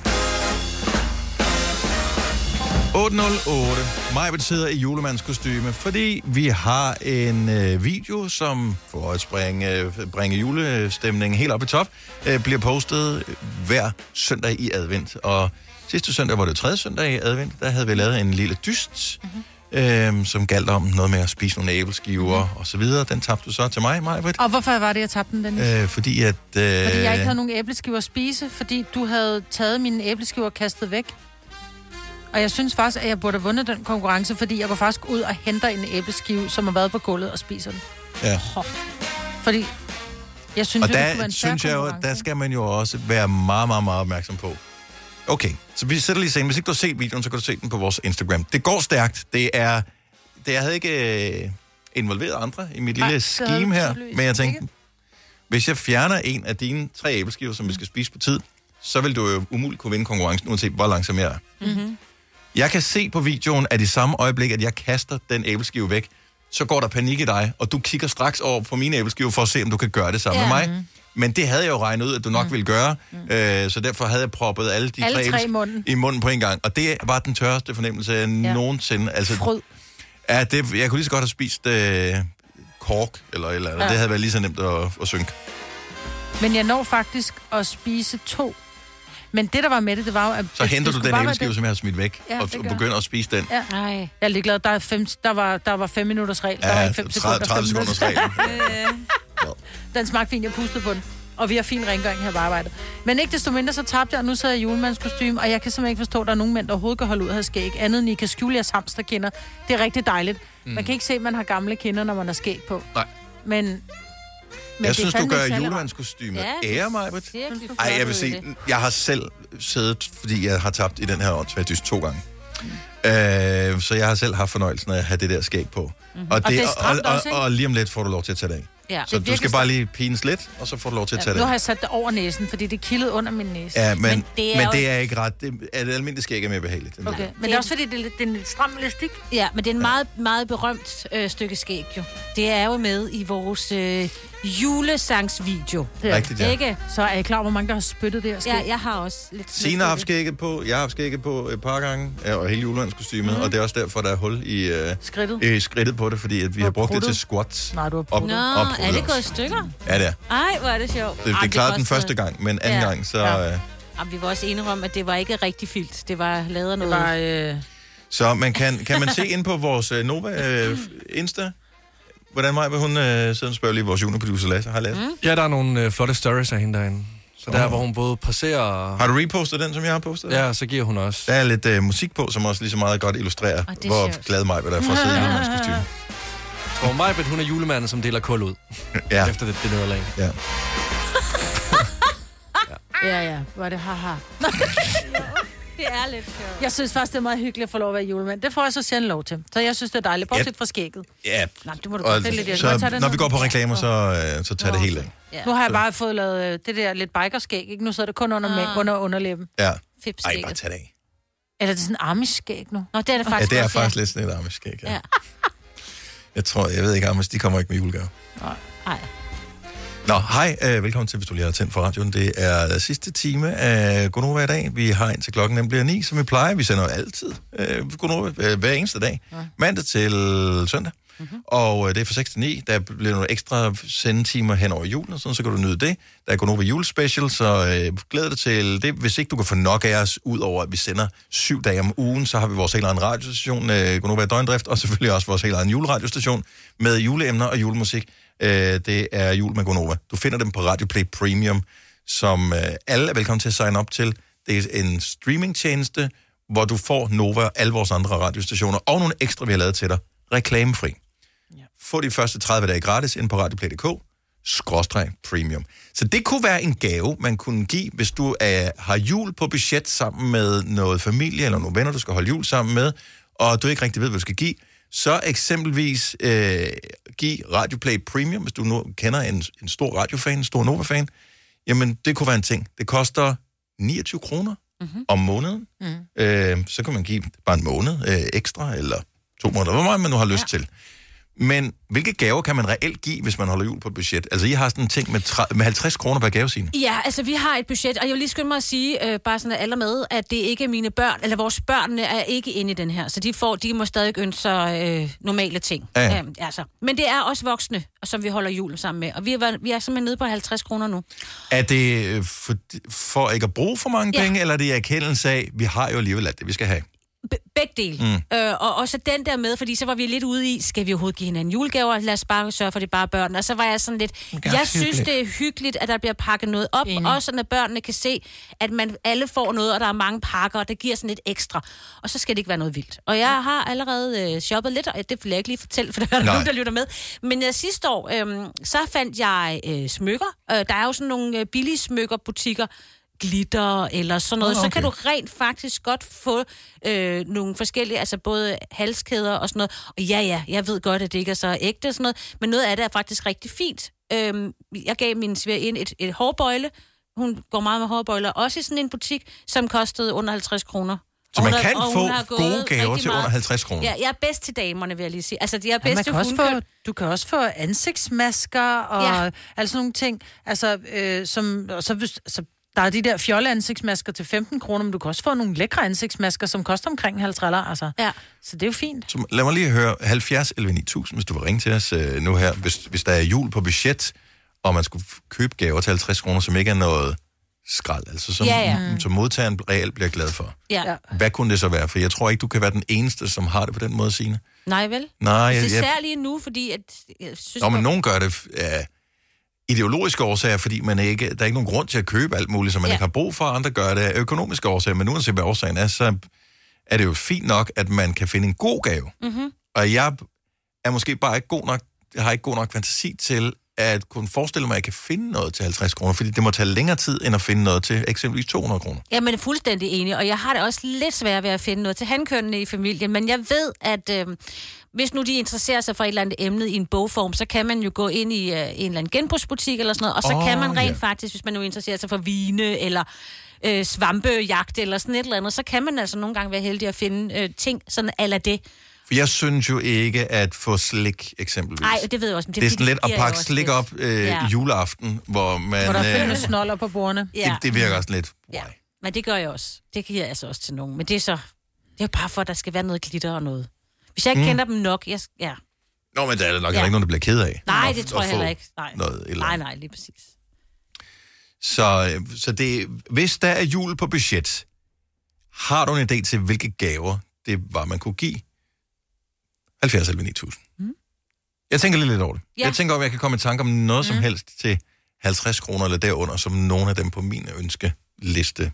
otte nul otte. Majbet sidder i julemandskostyme, fordi vi har en øh, video, som for at springe, øh, bringe julestemningen helt op i top, øh, bliver postet hver søndag i advent. Og sidste søndag, var det tredje søndag i advent, der havde vi lavet en lille dyst, mm-hmm. øh, som galt om noget med at spise nogle æbleskiver mm-hmm. og så videre. Den tabte du så til mig, Majbet. Og hvorfor var det, jeg tabte den, Dennis? Øh, fordi at... Øh, fordi jeg ikke havde nogen æbleskiver at spise, fordi du havde taget mine æbleskiver og kastet væk. Og jeg synes faktisk, at jeg burde have vundet den konkurrence, fordi jeg går faktisk ud og henter en æbleskive, som har været på gulvet og spiser den. Ja. Fordi jeg synes, og jo, der det skulle være en synes jeg jo, at der skal man jo også være meget, meget, meget opmærksom på. Okay, så vi sætter lige scenen. Hvis ikke du har set videoen, så kan du se den på vores Instagram. Det går stærkt. Det er... Det, jeg havde ikke øh, involveret andre i mit Nej, lille det scheme her, tydeligvis men jeg tænkte, hvis jeg fjerner en af dine tre æbleskiver, som vi skal spise på tid, så vil du jo umuligt kunne vinde konkurrencen, uanset hvor langsom jeg er. Mm-hmm. Jeg kan se på videoen, at i samme øjeblik, at jeg kaster den æbleskive væk, så går der panik i dig, og du kigger straks over på mine æbleskiver for at se, om du kan gøre det sammen Ja. med mig. Men det havde jeg jo regnet ud, at du nok mm. ville gøre, mm. øh, så derfor havde jeg proppet alle de alle tre, tre i munden. i munden på en gang. Og det var den tørreste fornemmelse, jeg ja. nogensinde... Altså, Fryd. Ja, det, jeg kunne lige så godt have spist øh, kork, eller eller andet. Ja. Det havde været lige så nemt at, at synke. Men jeg når faktisk at spise to. Men det, der var med det, det var jo, at... Så henter det du den bare æbleskive, være som jeg har smidt væk, Ja, og det gør begynder at spise den. Ja. Nej. Jeg er ligeglad. Der, er fem, der, var, der var fem minutters regel. Der Ja, var ikke fem sekunder. tredive sekunders regel. Den smagte fint, jeg pustede på den. Og vi har fin rengøring her på arbejdet. Men ikke desto mindre, så tabte jeg, og nu sidder jeg i julemandskostyme, og jeg kan simpelthen ikke forstå, at der er nogen mænd, der overhovedet kan holde ud af at have skæg. Andet end I kan skjule jeres hamsterkinder. Det er rigtig dejligt. Mm. Man kan ikke se, at man har gamle kinder, når man har skæg på. Nej. Men... Men jeg synes, du gør julemandskostymet julemandskostymet ja, ære, Majbert. Ej, jeg vil sige, jeg har selv siddet, fordi jeg har tabt i den her åndsvær dyst to gange. Mm. Øh, så jeg har selv haft fornøjelsen af at have det der skæg på. Mm-hmm. Og, det, og, det og, og, og, og lige om lidt får du lov til at tage det af. Ja. Så du skal bare lige pines lidt, og så får du lov til at tage ja, det nu af. har jeg sat det over næsen, fordi det kildede under min næse. Ja, men, men, det, er men jo... det er ikke ret. Det, er det almindelige skæg er mere behageligt. Okay, men det er også fordi, det er, lidt, det er en lidt stram elastik. Ja, men det er en meget, meget berømt øh, stykke skæg jo. Det er jo med i vores øh, julesangsvideo. Det er Rigtigt, ja. Ikke? Så er I klar, hvor mange der har spyttet der? Ja, jeg har også lidt... Signe har haft skægget på, jeg har haft skægget på et par gange, ja, og hele julemandskostymet, Mhm. og det er også derfor, der er hul i, uh, Skridtet. i skridtet på det, fordi at vi har brugt det til squats. Nej, du har Op, Nå, op, er det gået i stykker? Ja, det er. Ej, hvor er det sjovt. Det, Ej, det klarede var den også- første gang, men anden Ja. gang, så... Ja. Uh, Jamen, vi var også enige om, at det var ikke rigtig filt. Det var lavet af noget... var, øh... Så man kan, kan man se ind på vores uh, Nova uh, Insta, hvordan Maja, hun uh, sidder og spørger lige vores juniorproducer Lasse, har Lasse. Mm. Ja, der er nogle øh, flotte stories af hende derinde. Så der, Oh. hvor hun både passerer... Har du repostet den, som jeg har postet? Ja, så giver hun også. Der er lidt uh, musik på, som også lige så meget godt illustrerer, det er hvor sjovt. glad Maja der er for at sidde i julemandskostyme. Jeg tror, Majbet, hun er julemanden, som deler kul ud. Ja. Efter det, det nederlag. Ja. Ja, ja. Var det haha. Det er lidt sjovt. Jeg synes faktisk, det er meget hyggeligt at få lov at være julemand. Det får jeg så sjældent lov til. Så jeg synes, det er dejligt. Bortset fra skægget. Ja. Nej, det må du Og, godt. Det er lidt irriterende. så, Må jeg tage det når ned? vi går på reklamer, så, øh, så tager det helt af. Ja. Nu har jeg bare fået lavet øh, det der lidt bikerskæg, ikke? Nu sidder det kun under, ah. under underlæben. Ja. Ej, Fipskægget. bare tag det af. Eller det er sådan en amish-skæg nu? Nå, det er det Ja, faktisk det er også, faktisk lidt sådan et armeskæg, ja. Ja. Jeg tror, jeg ved ikke, Amis, de kommer ikke med julegave. Nej. Nå, hej. Øh, velkommen til, hvis du lige har tændt for radioen. Det er sidste time af Gonova i dag. Vi har indtil klokken den bliver ni, som vi plejer. Vi sender jo altid øh, Gonova øh, hver eneste dag. Ja. Mandag til søndag. Mm-hmm. Og øh, det er fra seks til ni. Der bliver nogle ekstra sendetimer hen over julen, sådan, så kan du nyde det. Der er Gonova julespecial, så øh, glæder dig til det. Hvis ikke du kan få nok af os, ud over at vi sender syv dage om ugen, så har vi vores helt egen radiostation, øh, Gonova i døgndrift, og selvfølgelig også vores helt egen juleradiostation med juleemner og julemusik. Øh, det er Jul med Gonova. Du finder dem på Radio Play Premium, som øh, alle er velkommen til at sign op til. Det er en streamingtjeneste, hvor du får Nova og alle vores andre radiostationer, og nogle ekstra, vi har lavet til dig, reklamefri. Ja. Få de første tredive dage gratis ind på radioplay punktum d k, skråstreg premium. Så det kunne være en gave, man kunne give, hvis du er, har jul på budget sammen med noget familie eller nogle venner, du skal holde jul sammen med, og du ikke rigtig ved, hvad du skal give. Så eksempelvis øh, giv Radioplay Premium, hvis du nu kender en, en stor radiofan, en stor Nova-fan. Jamen, det kunne være en ting. Det koster niogtyve kroner mm-hmm. om måneden. Mm. Øh, så kan man give bare en måned øh, ekstra, eller to måneder, hvor meget man nu har lyst ja. til. Men hvilke gaver kan man reelt give, hvis man holder jul på et budget? Altså, I har sådan en ting med, tre, med halvtreds kroner per gave, Signe. Ja, altså vi har et budget, og jeg vil lige skynde mig at sige, øh, bare sådan at alle med, at det ikke er mine børn, eller vores børn er ikke inde i den her, så de får, de må stadig ønske sig øh, normale ting. Ja, ja. Øh, altså. Men det er også voksne, som vi holder jul sammen med, og vi er, vi er simpelthen nede på halvtreds kroner nu. Er det for, for ikke at bruge for mange Ja. penge, eller er det erkendelse af, vi har jo alligevel alt det, vi skal have? Be- begge dele. Mm. Øh, og også den der med, fordi så var vi lidt ude i, skal vi overhovedet give hinanden julegaver? Lad os bare sørge for, det er bare børn. Og så var jeg sådan lidt, jeg hyggeligt. synes, det er hyggeligt, at der bliver pakket noget op. Enig. Også når børnene kan se, at man alle får noget, og der er mange pakker, og det giver sådan lidt ekstra. Og så skal det ikke være noget vildt. Og jeg har allerede øh, shoppet lidt, og det vil jeg ikke lige fortælle, for der er Nej. nogen, der lytter med. Men øh, sidste år, øh, så fandt jeg øh, smykker. Øh, der er jo sådan nogle øh, billige smykkerbutikker, glitter eller sådan noget, Ah, okay. okay. Så kan du rent faktisk godt få øh, nogle forskellige, altså både halskæder og sådan noget. Og ja, ja, jeg ved godt, at det ikke er så ægte og sådan noget, men noget af det er faktisk rigtig fint. Øhm, jeg gav min svigerinde et, et hårbøjle. Hun går meget med hårbøjler. Også i sådan en butik, som kostede under halvtreds kroner. Så man Og hun kan har- og få hun har gået gode gaver rigtig til meget. under halvtreds kroner. Ja, jeg er bedst til damerne, vil jeg lige sige. Altså, de er Ja, bedst man til kan også få, hundkøb. du kan også få ansigtsmasker og Ja. ja. altså nogle ting. Altså, øh, som, og så, hvis, så der er de der fjolleansigtsmasker til femten kroner, men du kan også få nogle lækre ansigtsmasker, som koster omkring halvtreds. Altså. Ja. Så det er jo fint. Så lad mig lige høre halvfjerds elleve ni tusind, hvis du vil ringe til os øh, nu her. Hvis, hvis der er jul på budget, og man skulle f- købe gaver til halvtreds kroner, som ikke er noget skrald, altså som, Ja, ja. som modtageren reelt bliver glad for. Ja. Ja. Hvad kunne det så være? For jeg tror ikke, du kan være den eneste, som har det på den måde, Signe. Nej, vel? Nej, jeg, Især jeg, lige nu, fordi at, jeg synes... Nå, men nogen gør det af ideologiske årsager, fordi man ikke, der er ikke nogen grund til at købe alt muligt, som man Ja. ja. ikke har brug for. Andre gør det af økonomiske årsager, men uanset hvad årsagen er, så er det jo fint nok, at man kan finde en god gave. Mm-hmm. Og jeg er måske bare ikke god nok, jeg har ikke god nok fantasi til at kunne forestille mig, at jeg kan finde noget til halvtreds kroner, fordi det må tage længere tid, end at finde noget til eksempelvis to hundrede kroner. Ja, men er fuldstændig enig, og jeg har det også lidt svært ved at finde noget til hankønnene i familien, men jeg ved, at øh, hvis nu de interesserer sig for et eller andet emne i en bogform, så kan man jo gå ind i øh, en eller anden genbrugsbutik eller sådan noget, og så Åh, kan man rent ja. faktisk, hvis man nu interesserer sig for vine eller øh, svampejagt eller sådan et eller andet, så kan man altså nogle gange være heldig at finde øh, ting sådan a la det. For jeg synes jo ikke at få slik, eksempelvis. Nej, det ved jeg også. Men det, det er sådan lidt at pakke slik lidt. op øh, Ja. juleaften, hvor man... Hvor der er øh, fyldt med snoller på bordene. Ja. det, det virker også lidt... Ja, men det gør jeg også. Det giver jeg altså også til nogen. Men det er så... Det er bare for, at der skal være noget glitter og noget. Hvis jeg ikke Mm. kender dem nok, jeg... Ja. Nå, men der er nok Ja. ikke nogen, der bliver ked af. Nej, at- det tror at jeg få heller ikke. Nej, Noget, eller... nej, nej, lige præcis. Så, øh, så det, hvis der er jul på budget, har du en idé til, hvilke gaver det var, man kunne give? halvfjerds elleve ni tusind. Mm. Jeg tænker lidt, lidt over det. Ja. Jeg tænker, om jeg kan komme i tanke om noget mm. som Mm. helst til halvtreds kroner eller derunder, som nogle af dem på min ønskeliste,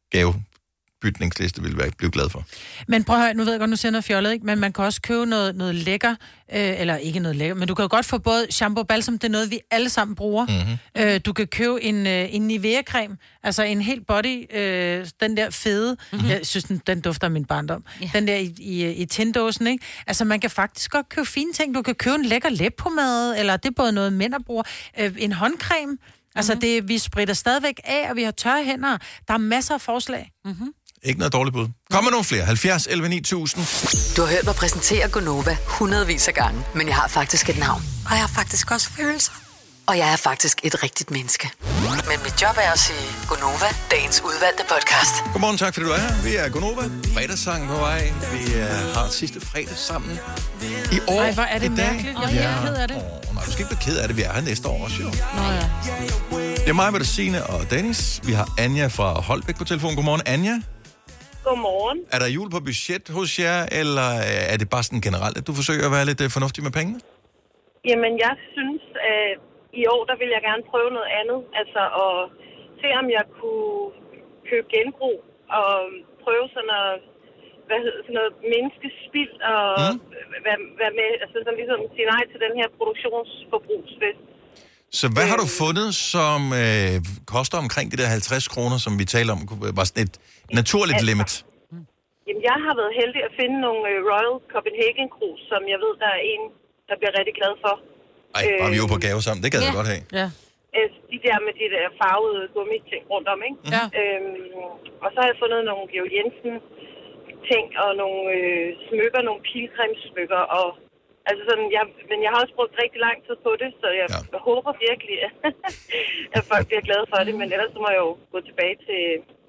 gavebytningsliste, ville være, blive glad for. Men prøv at høre, nu ved jeg godt, nu siger jeg noget fjollet, ikke? Men man kan også købe noget, noget lækker, øh, eller ikke noget lækker, men du kan jo godt få både shampoo og balsam, det er noget, vi alle sammen bruger. Mm-hmm. Øh, du kan købe en, øh, en Nivea-creme, altså en helt body, øh, den der fede, mm-hmm. jeg synes, den, den dufter af min barndom, yeah. Den der i, i, i tindåsen, ikke? Altså, man kan faktisk godt købe fine ting. Du kan købe en lækker læbpomade, eller det er både noget, mænd bruger. Øh, en håndcreme, altså Mhm. det, vi spritter stadigvæk af, og vi har tørre hænder. Der er masser af forslag. Mm-hmm. Ikke noget dårligt bud. Kom med nogle flere. halvfjerds elleve ni tusind. Du har hørt mig præsentere Gonova hundredvis af gange, men jeg har faktisk et navn. Og jeg har faktisk også følelser. Og jeg er faktisk et rigtigt menneske. Men mit job er at sige Gonova, dagens udvalgte podcast. Godmorgen, tak fordi du er her. Vi er Gonova. Fredagssang på vej. Vi uh, har sidste fredag sammen i år. Ej, hvor er det i dag. mærkeligt. Jeg er helt ked af det. Åh, nej, du skal ikke blive ked af det. Vi er her næste år også, jo. Nå ja. Det er mig, med Signe og Dennis. Vi har Anja fra Holbæk på telefon. Godmorgen, Anja. Godmorgen. Er der jul på budget hos jer, eller er det bare sådan generelt, at du forsøger at være lidt uh, fornuftig med pengene? Jamen, jeg synes, at i år, der vil jeg gerne prøve noget andet. Altså at se, om jeg kunne købe genbrug og prøve sådan at, hvad hedder, sådan noget menneskespild og mm. være, være med, altså sådan ligesom sige nej til den her produktionsforbrugsfest. Så hvad har du fundet, som øh, koster omkring de der halvtreds kroner, som vi taler om, var sådan et naturligt Altså, limit? Jamen, jeg har været heldig at finde nogle øh, Royal Copenhagen krus, som jeg ved, der er en, der bliver rigtig glad for. Ej, bare vi er jo på gave sammen. Det gad jeg godt have. Ja. Øh, De der med de der farvede gummiting rundt om, ikke? Ja. Øhm, og så har jeg fundet nogle Georg Jensen ting og nogle øh, smykker, nogle pilgrimssmykker og altså sådan, jeg, men jeg har også brugt rigtig lang tid på det, så jeg ja. håber virkelig, at folk bliver glade for det, men ellers så må jeg jo gå tilbage til...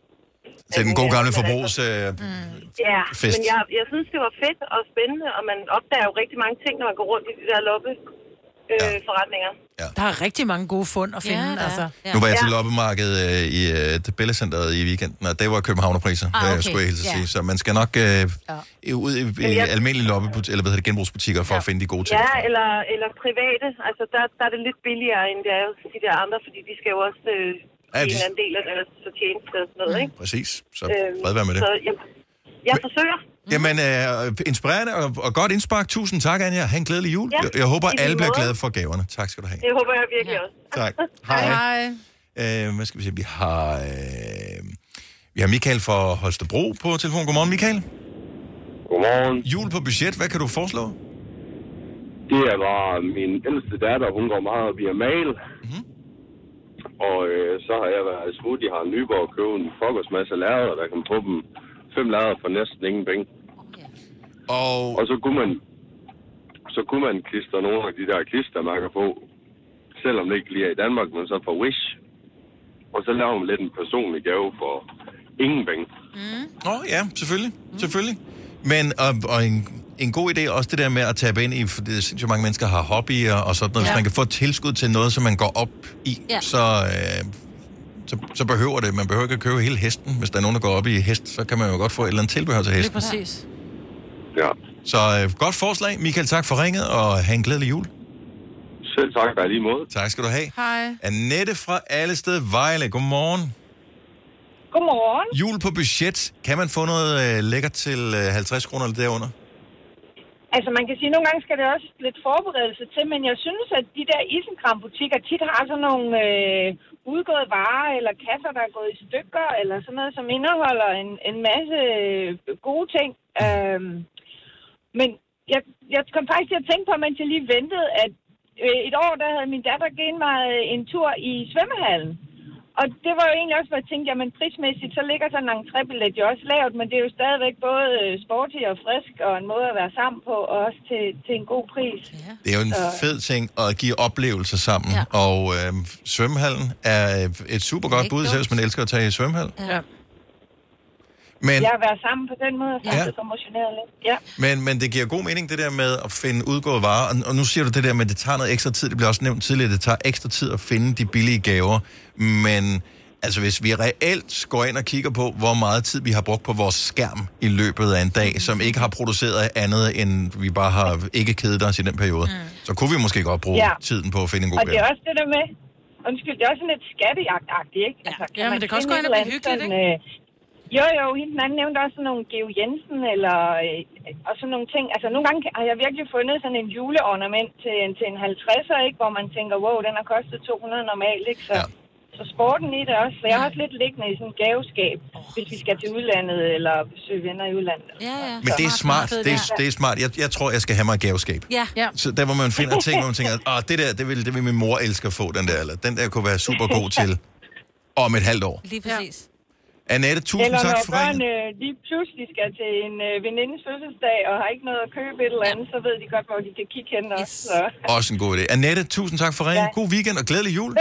Til den gode gamle forbrugs... Øh, mm. Ja, fest. men jeg, jeg synes, det var fedt og spændende, og man opdager jo rigtig mange ting, når man går rundt i de der loppe øh, ja. forretninger. Ja. Der er rigtig mange gode fund at finde, Ja, altså. ja. Nu var jeg til loppemarkedet øh, i øh, det Billedcenteret i weekenden, og det var københavnerpriser, Ah, okay. øh, skulle jeg helt Ja. sige. Så man skal nok øh, Ja. ud i, i jeg- almindelige loppebutikker, eller hvad hedder det, genbrugsbutikker, for ja. at finde de gode ting. Ja, eller, eller private. Altså, der, der er det lidt billigere, end det er hos de der andre, fordi de skal jo også øh, Ja, ja, de- en anden del af deres fortjeneste og sådan noget, ikke? Præcis, så Øhm, fred være med det. Så jeg, jeg forsøger. Jamen, øh, inspirerende og, og godt indspark. Tusind tak, Anja. Ha' en glædelig jul. Ja, Jeg, jeg håber, i lige alle bliver måde. glade for gaverne. Tak skal du have. Det håber jeg virkelig ja. også. Tak. Hej. Hej. Øh, hvad skal vi se? Vi har, øh, vi har Michael fra Holstebro på telefon. Godmorgen, Michael. Godmorgen. Jul på budget. Hvad kan du foreslå? Det er bare min ældste datter, hun går meget op i at male. Mm-hmm. Og øh, så har jeg været smut i Harald Nyborg og købt en frokostmasse lærreder, der kan få dem fem lærreder for næsten ingen penge. Og, og så kunne man så kunne man klistre nogle af de der klistermærker på, selvom det ikke lige er i Danmark, men så fra Wish. Og så laver man lidt en personlig gave for ingen penge. Mm. Åh, oh, ja, selvfølgelig. Mm. Selvfølgelig. Men, og, og en, en god idé er også det der med at tabe ind i, for det er sindssygt mange mennesker har hobbyer og sådan noget. Ja. Hvis man kan få et tilskud til noget, som man går op i, ja. så, øh, så, så behøver det. Man behøver ikke at købe hele hesten. Hvis der er nogen, der går op i hest, så kan man jo godt få et eller andet tilbehør til hesten. Det er præcis. Ja. Så øh, godt forslag. Michael, tak for ringet, og have en glædelig jul. Selv tak, og lige måde. Tak skal du have. Hej. Annette fra Allested Vejle. Godmorgen. Godmorgen. Jul på budget. Kan man få noget øh, lækkert til øh, halvtreds kroner eller derunder? Altså man kan sige, at nogle gange skal det også lidt forberedelse til, men jeg synes, at de der isenkram-butikker tit har sådan nogle øh, udgåede varer eller kasser, der er gået i stykker, eller sådan noget, som indeholder en, en masse øh, gode ting. Øhm, men jeg, jeg kom faktisk til at tænke på, mens jeg lige ventede, at øh, et år, der havde min datter givet mig en tur i svømmehallen. og det var jo egentlig også, hvor jeg tænkte, jamen prismæssigt, så ligger sådan en entrébillet jo også lavt, men det er jo stadigvæk både sporty og frisk, og en måde at være sammen på, og også til, til en god pris. Ja. Det er jo en så... fed ting at give oplevelser sammen, ja. Og øh, svømmehallen er et super godt bud, selv hvis man elsker at tage i svømmehal. Ja. Men, jeg har været sammen på den måde, og faktisk ja. motioneret lidt. Ja. Men, men det giver god mening, det der med at finde udgået varer. Og, og nu siger du det der med, at det tager noget ekstra tid. Det bliver også nævnt tidligere, at det tager ekstra tid at finde de billige gaver. Men altså, hvis vi reelt går ind og kigger på, hvor meget tid vi har brugt på vores skærm i løbet af en dag, som ikke har produceret andet, end vi bare har ikke kedet os i den periode, mm. så kunne vi måske godt bruge ja. tiden på at finde en god gave. gave. Og det er også det der med, undskyld, det er også sådan lidt skattejagt-agtigt, ikke? Altså, ja, men det kan også gå ind og blive hyggeligt, ikke? Øh, Jo, jo, hende den anden nævnte også sådan nogle Geo Jensen, eller øh, og sådan nogle ting. Altså, nogle gange har jeg virkelig fundet sådan en juleornament til en, til en halvtredser, ikke? Hvor man tænker, wow, den har kostet to hundrede normalt, ikke? Så, ja. så sporten i det også. For jeg har også lidt liggende i sådan en gaveskab, oh. hvis vi skal til udlandet, eller besøge venner i udlandet. Ja, ja. Men det er smart. Det er, det er smart. Jeg, jeg tror, jeg skal have mig et gaveskab. Ja. ja. Så der, hvor man finder ting, hvor man tænker, åh, det der, det vil, det vil min mor elske at få, den der. Eller den der kunne være super god til om et halvt år. Lige præcis. Ja. Annette, tusind eller tak for ringen. Eller når børn øh, lige pludselig skal til en øh, venindes fødselsdag, og har ikke noget at købe et eller andet, så ved de godt, hvor de kan kigge hen yes. også. Så. Også en god idé. Annette, tusind tak for ringen. Ja. God weekend og glædelig jul.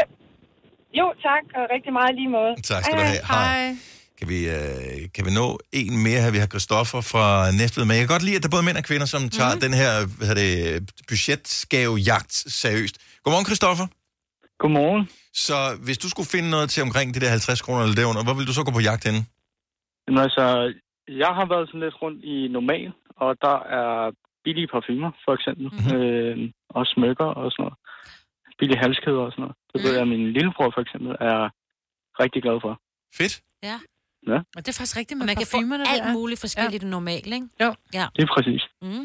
Jo, tak, og rigtig meget lige måde. Tak skal du have. Hej. Kan vi, øh, kan vi nå en mere her? Vi har Christoffer fra Næstved med. Jeg kan godt lide, at der er både mænd og kvinder, som tager mm-hmm. den her hvad hedder det, budgetskavejagt seriøst. Godmorgen, Christoffer. Godmorgen. Så hvis du skulle finde noget til omkring de der halvtreds kroner eller derunder, hvor vil du så gå på jagt henne? Jamen altså, jeg har været sådan lidt rundt i Normal, og der er billige parfumer, for eksempel. Mm-hmm. Øh, og smykker og sådan noget. Billige halskæder og sådan noget. Det ved jeg, at min lillebror for eksempel er rigtig glad for. Fedt. Ja. Ja. Og det er faktisk rigtigt med man parfumerne. Man kan få alt muligt forskelligt ja. normalt, ikke? Jo. Ja. Det er præcis. Mm.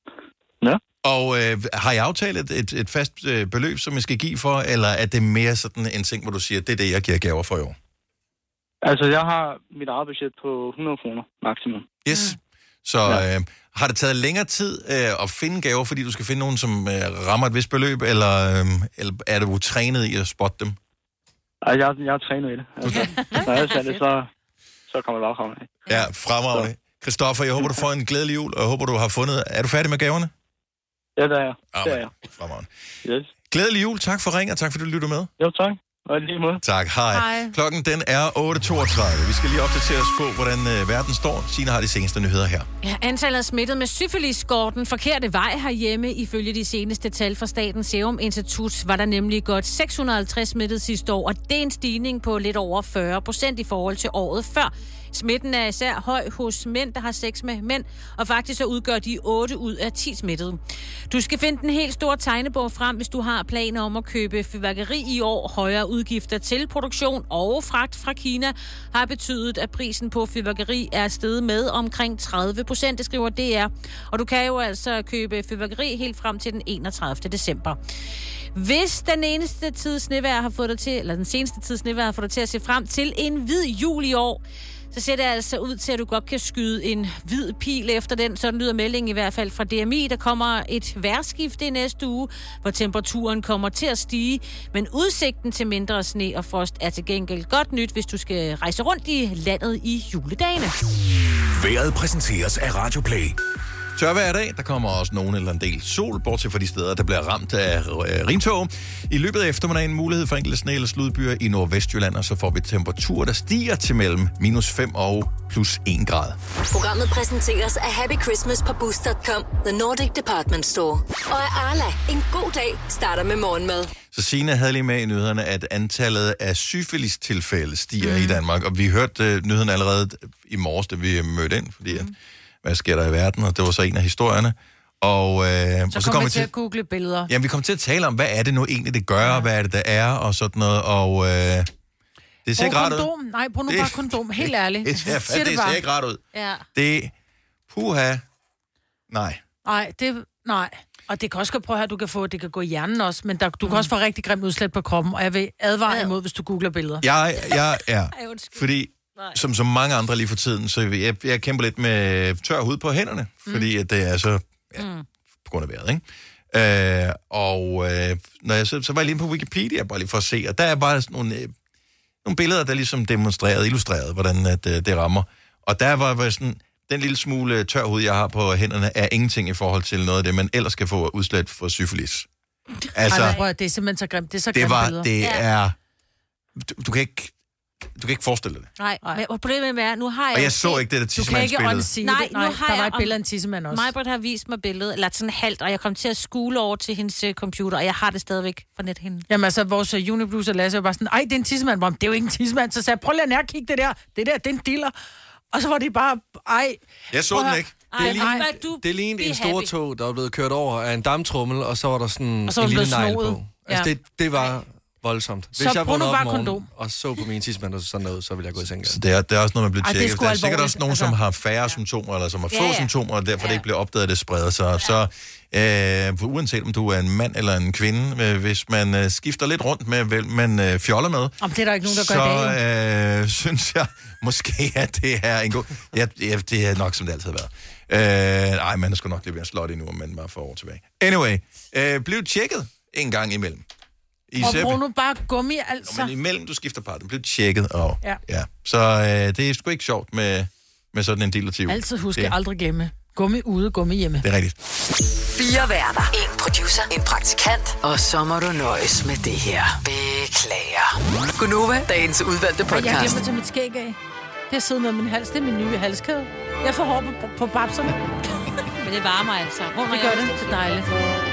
Ja. Og øh, har I aftalt et, et, et fast øh, beløb, som jeg skal give for, eller er det mere sådan en ting, hvor du siger, det er det, jeg giver gaver for i år? Altså, jeg har mit eget budget på hundrede kroner maksimum. Yes. Mm. Så øh, har det taget længere tid øh, at finde gaver, fordi du skal finde nogen, som øh, rammer et vist beløb, eller, øh, eller er du trænet i at spotte dem? Altså, jeg, jeg er trænet i det. Altså, når jeg ser det, så, så kommer det bare frem. Ja, fremragende. Christoffer, jeg håber, du får en glædelig jul, og jeg håber, du har fundet... Er du færdig med gaverne? Ja, det er jeg. Ah, det er jeg. Fremragende. Yes. Glædelig jul. Tak for ring, og tak fordi du lytter med. Jo, tak. Og lige måde. Tak. Hej. Hej. Klokken den er otte toogtredive. Vi skal lige opdatere os på, hvordan øh, verden står. Signe har de seneste nyheder her. Ja, antallet af smittet med syfilis går den forkerte vej herhjemme. Ifølge de seneste tal fra Statens Serum Institut var der nemlig godt seks hundrede og halvtreds smittet sidste år, og det er en stigning på lidt over fyrre procent i forhold til året før. Smitten er især høj hos mænd, der har sex med mænd, og faktisk så udgør de otte ud af ti smittede. Du skal finde den helt store tegnebog frem, hvis du har planer om at købe fyrværkeri i år. Højere udgifter til produktion og fragt fra Kina har betydet, at prisen på fyrværkeri er steget med omkring tredive procent, det skriver D R. Og du kan jo altså købe fyrværkeri helt frem til den enogtredivte december. Hvis den eneste tid snevejr har fået dig til, eller den seneste tid snevejr har fået dig til at se frem til en hvid jul i år, så ser det altså ud til, at du godt kan skyde en hvid pil efter den. Sådan lyder meldingen i hvert fald fra D M I. Der kommer et vejrskifte i næste uge, hvor temperaturen kommer til at stige. Men udsigten til mindre sne og frost er til gengæld godt nyt, hvis du skal rejse rundt i landet i juledagene. Vejret præsenteres af Radio Play. Tør hver dag, der kommer også nogen eller en del sol, bortset fra de steder, der bliver ramt af øh, rimtog. I løbet af eftermiddagen mulighed for enkelte sne- eller sludbyer i Nordvestjylland, og så får vi temperaturer, der stiger til mellem minus fem og plus en grad. Programmet præsenteres af Happy Christmas på boost punktum com, The Nordic Department Store. Og af Arla, en god dag starter med morgenmad. Så Signe havde lige med i nyhederne, at antallet af syfilis-tilfælde stiger mm. i Danmark, og vi hørte øh, nyheden allerede i morges, da vi mødte ind, fordi at, hvad sker der i verden, og det var så en af historierne. Og, øh, så, og så kommer vi til at google billeder. Jamen, vi kommer til at tale om, hvad er det nu egentlig, det gør, ja. Hvad er det, der er, og sådan noget, og øh, det ser ikke rart ud. Nej, brug nu det, bare kondom, helt ærligt. Det ser, det det ser ikke rart ud. Ja. Det, puha, nej. Nej, det, nej. Og det kan også godt prøve her, du kan få, det kan gå i hjernen også, men der, du kan mm. også få rigtig grimt udslæt på kroppen, og jeg vil advare imod, hvis du googler billeder. Jeg, jeg er, fordi som så mange andre lige for tiden, så jeg, jeg kæmper lidt med tør hud på hænderne, mm. fordi at det er så, ja, mm. på grund af vejret, ikke? Øh, og øh, når jeg så, så var jeg lige på Wikipedia, bare lige for at se, og der er bare sådan nogle, øh, nogle billeder, der ligesom demonstrerede, illustrerede, hvordan at, øh, det rammer. Og der var, var sådan, den lille smule tør hud, jeg har på hænderne, er ingenting i forhold til noget af det, man ellers kan få udslæt for syfilis. Altså, Ej, prøv, det er simpelthen så grimt. Det er så det grimt var, billeder. det Ja. er... Du, du kan ikke... Du kan ikke forestille dig det. Nej, men problemet er, nu har jeg... Og jeg så ikke det der tissemandsbillede. Du kan ikke unsee Nej, det. Nej, nu har der var jeg et billede af en tissemand også. Majbert har vist mig billedet, eller sådan halvt, og jeg kom til at skule over til hendes uh, computer, og jeg har det stadigvæk for net hende. Jamen altså, vores uh, Uniblues og Lasse var bare sådan, ej, det er en tissemand. Hvor, det er jo ikke en tissemand. Så sagde jeg, prøv lige at nærkigge det der. Det der, det er en diller. Og så var de bare, ej... Jeg så den ikke. Det er lige, det er lige en stor tog, der var blevet kørt over af en damptrummel, og så var der sådan og så en lille negl snoet. på. Altså, Ja. det, det var voldsomt. Hvis Så jeg brug nu vågnede op bare i morgen kondom. og så på min tidsmand og sådan noget, så ville jeg gå i seng. Så det er, det er også noget, man bliver Ej, det er tjekket. sgu Der er sikkert alvorligt, også nogen, som altså. har færre symptomer, eller som har Ja, få ja. symptomer, og derfor det ikke bliver opdaget, at det spreder sig. Så øh, uanset om du er en mand eller en kvinde, øh, hvis man øh, skifter lidt rundt med, hvem man øh, fjoller med, Om det er der ikke nogen, der gør i dag. så øh, synes jeg måske, at det er en god... Ja, ja, det er nok, som det altid har været. Øh, nej, man er sgu nok lidt mere slot endnu, om man var for år tilbage. Anyway, øh, bliv tjekket en gang imellem. I Og selv- brug nu bare gummi, altså. Men imellem du skifter par, den bliver tjekket. Og, Ja. ja. Så øh, det er sgu ikke sjovt med, med sådan en dilativ. Altid husk det, aldrig gemme. Gummi ude, gummi hjemme. det er rigtigt. Fire værter. En producer. En praktikant. Og så må du nøjes med det her. Beklager. Gunova, dagens udvalgte Ej, jeg podcast. glemmer til mit skæg af. Det har siddet med min hals. Det er min nye halskæde. Jeg får hår på, på, på babserne. Men det varmer altså. Hvor Det gør det. Det er dejligt.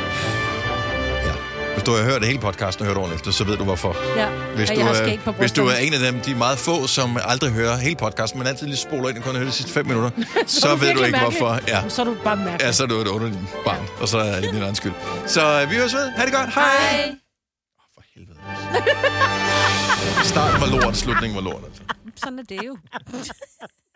Hvis du har hørt hele podcasten og hørt ordentligt efter, så ved du hvorfor. Ja, Hvis og du, jeg har er, skæg på hvis du er brysterne. en af dem, de meget få, som aldrig hører hele podcasten, men altid lige spoler ind og kun hører de sidste fem minutter, så, Så er så du ved du virkelig ikke mærkelig. hvorfor. Ja. Så er du bare mærkelig. Ja, så er du et underligt barn, og så er det din egen skyld. Så øh, vi høres ved. Ha' det godt. Hej. Hej. Starten var lort, slutningen var lort. Altså. Sådan er det jo.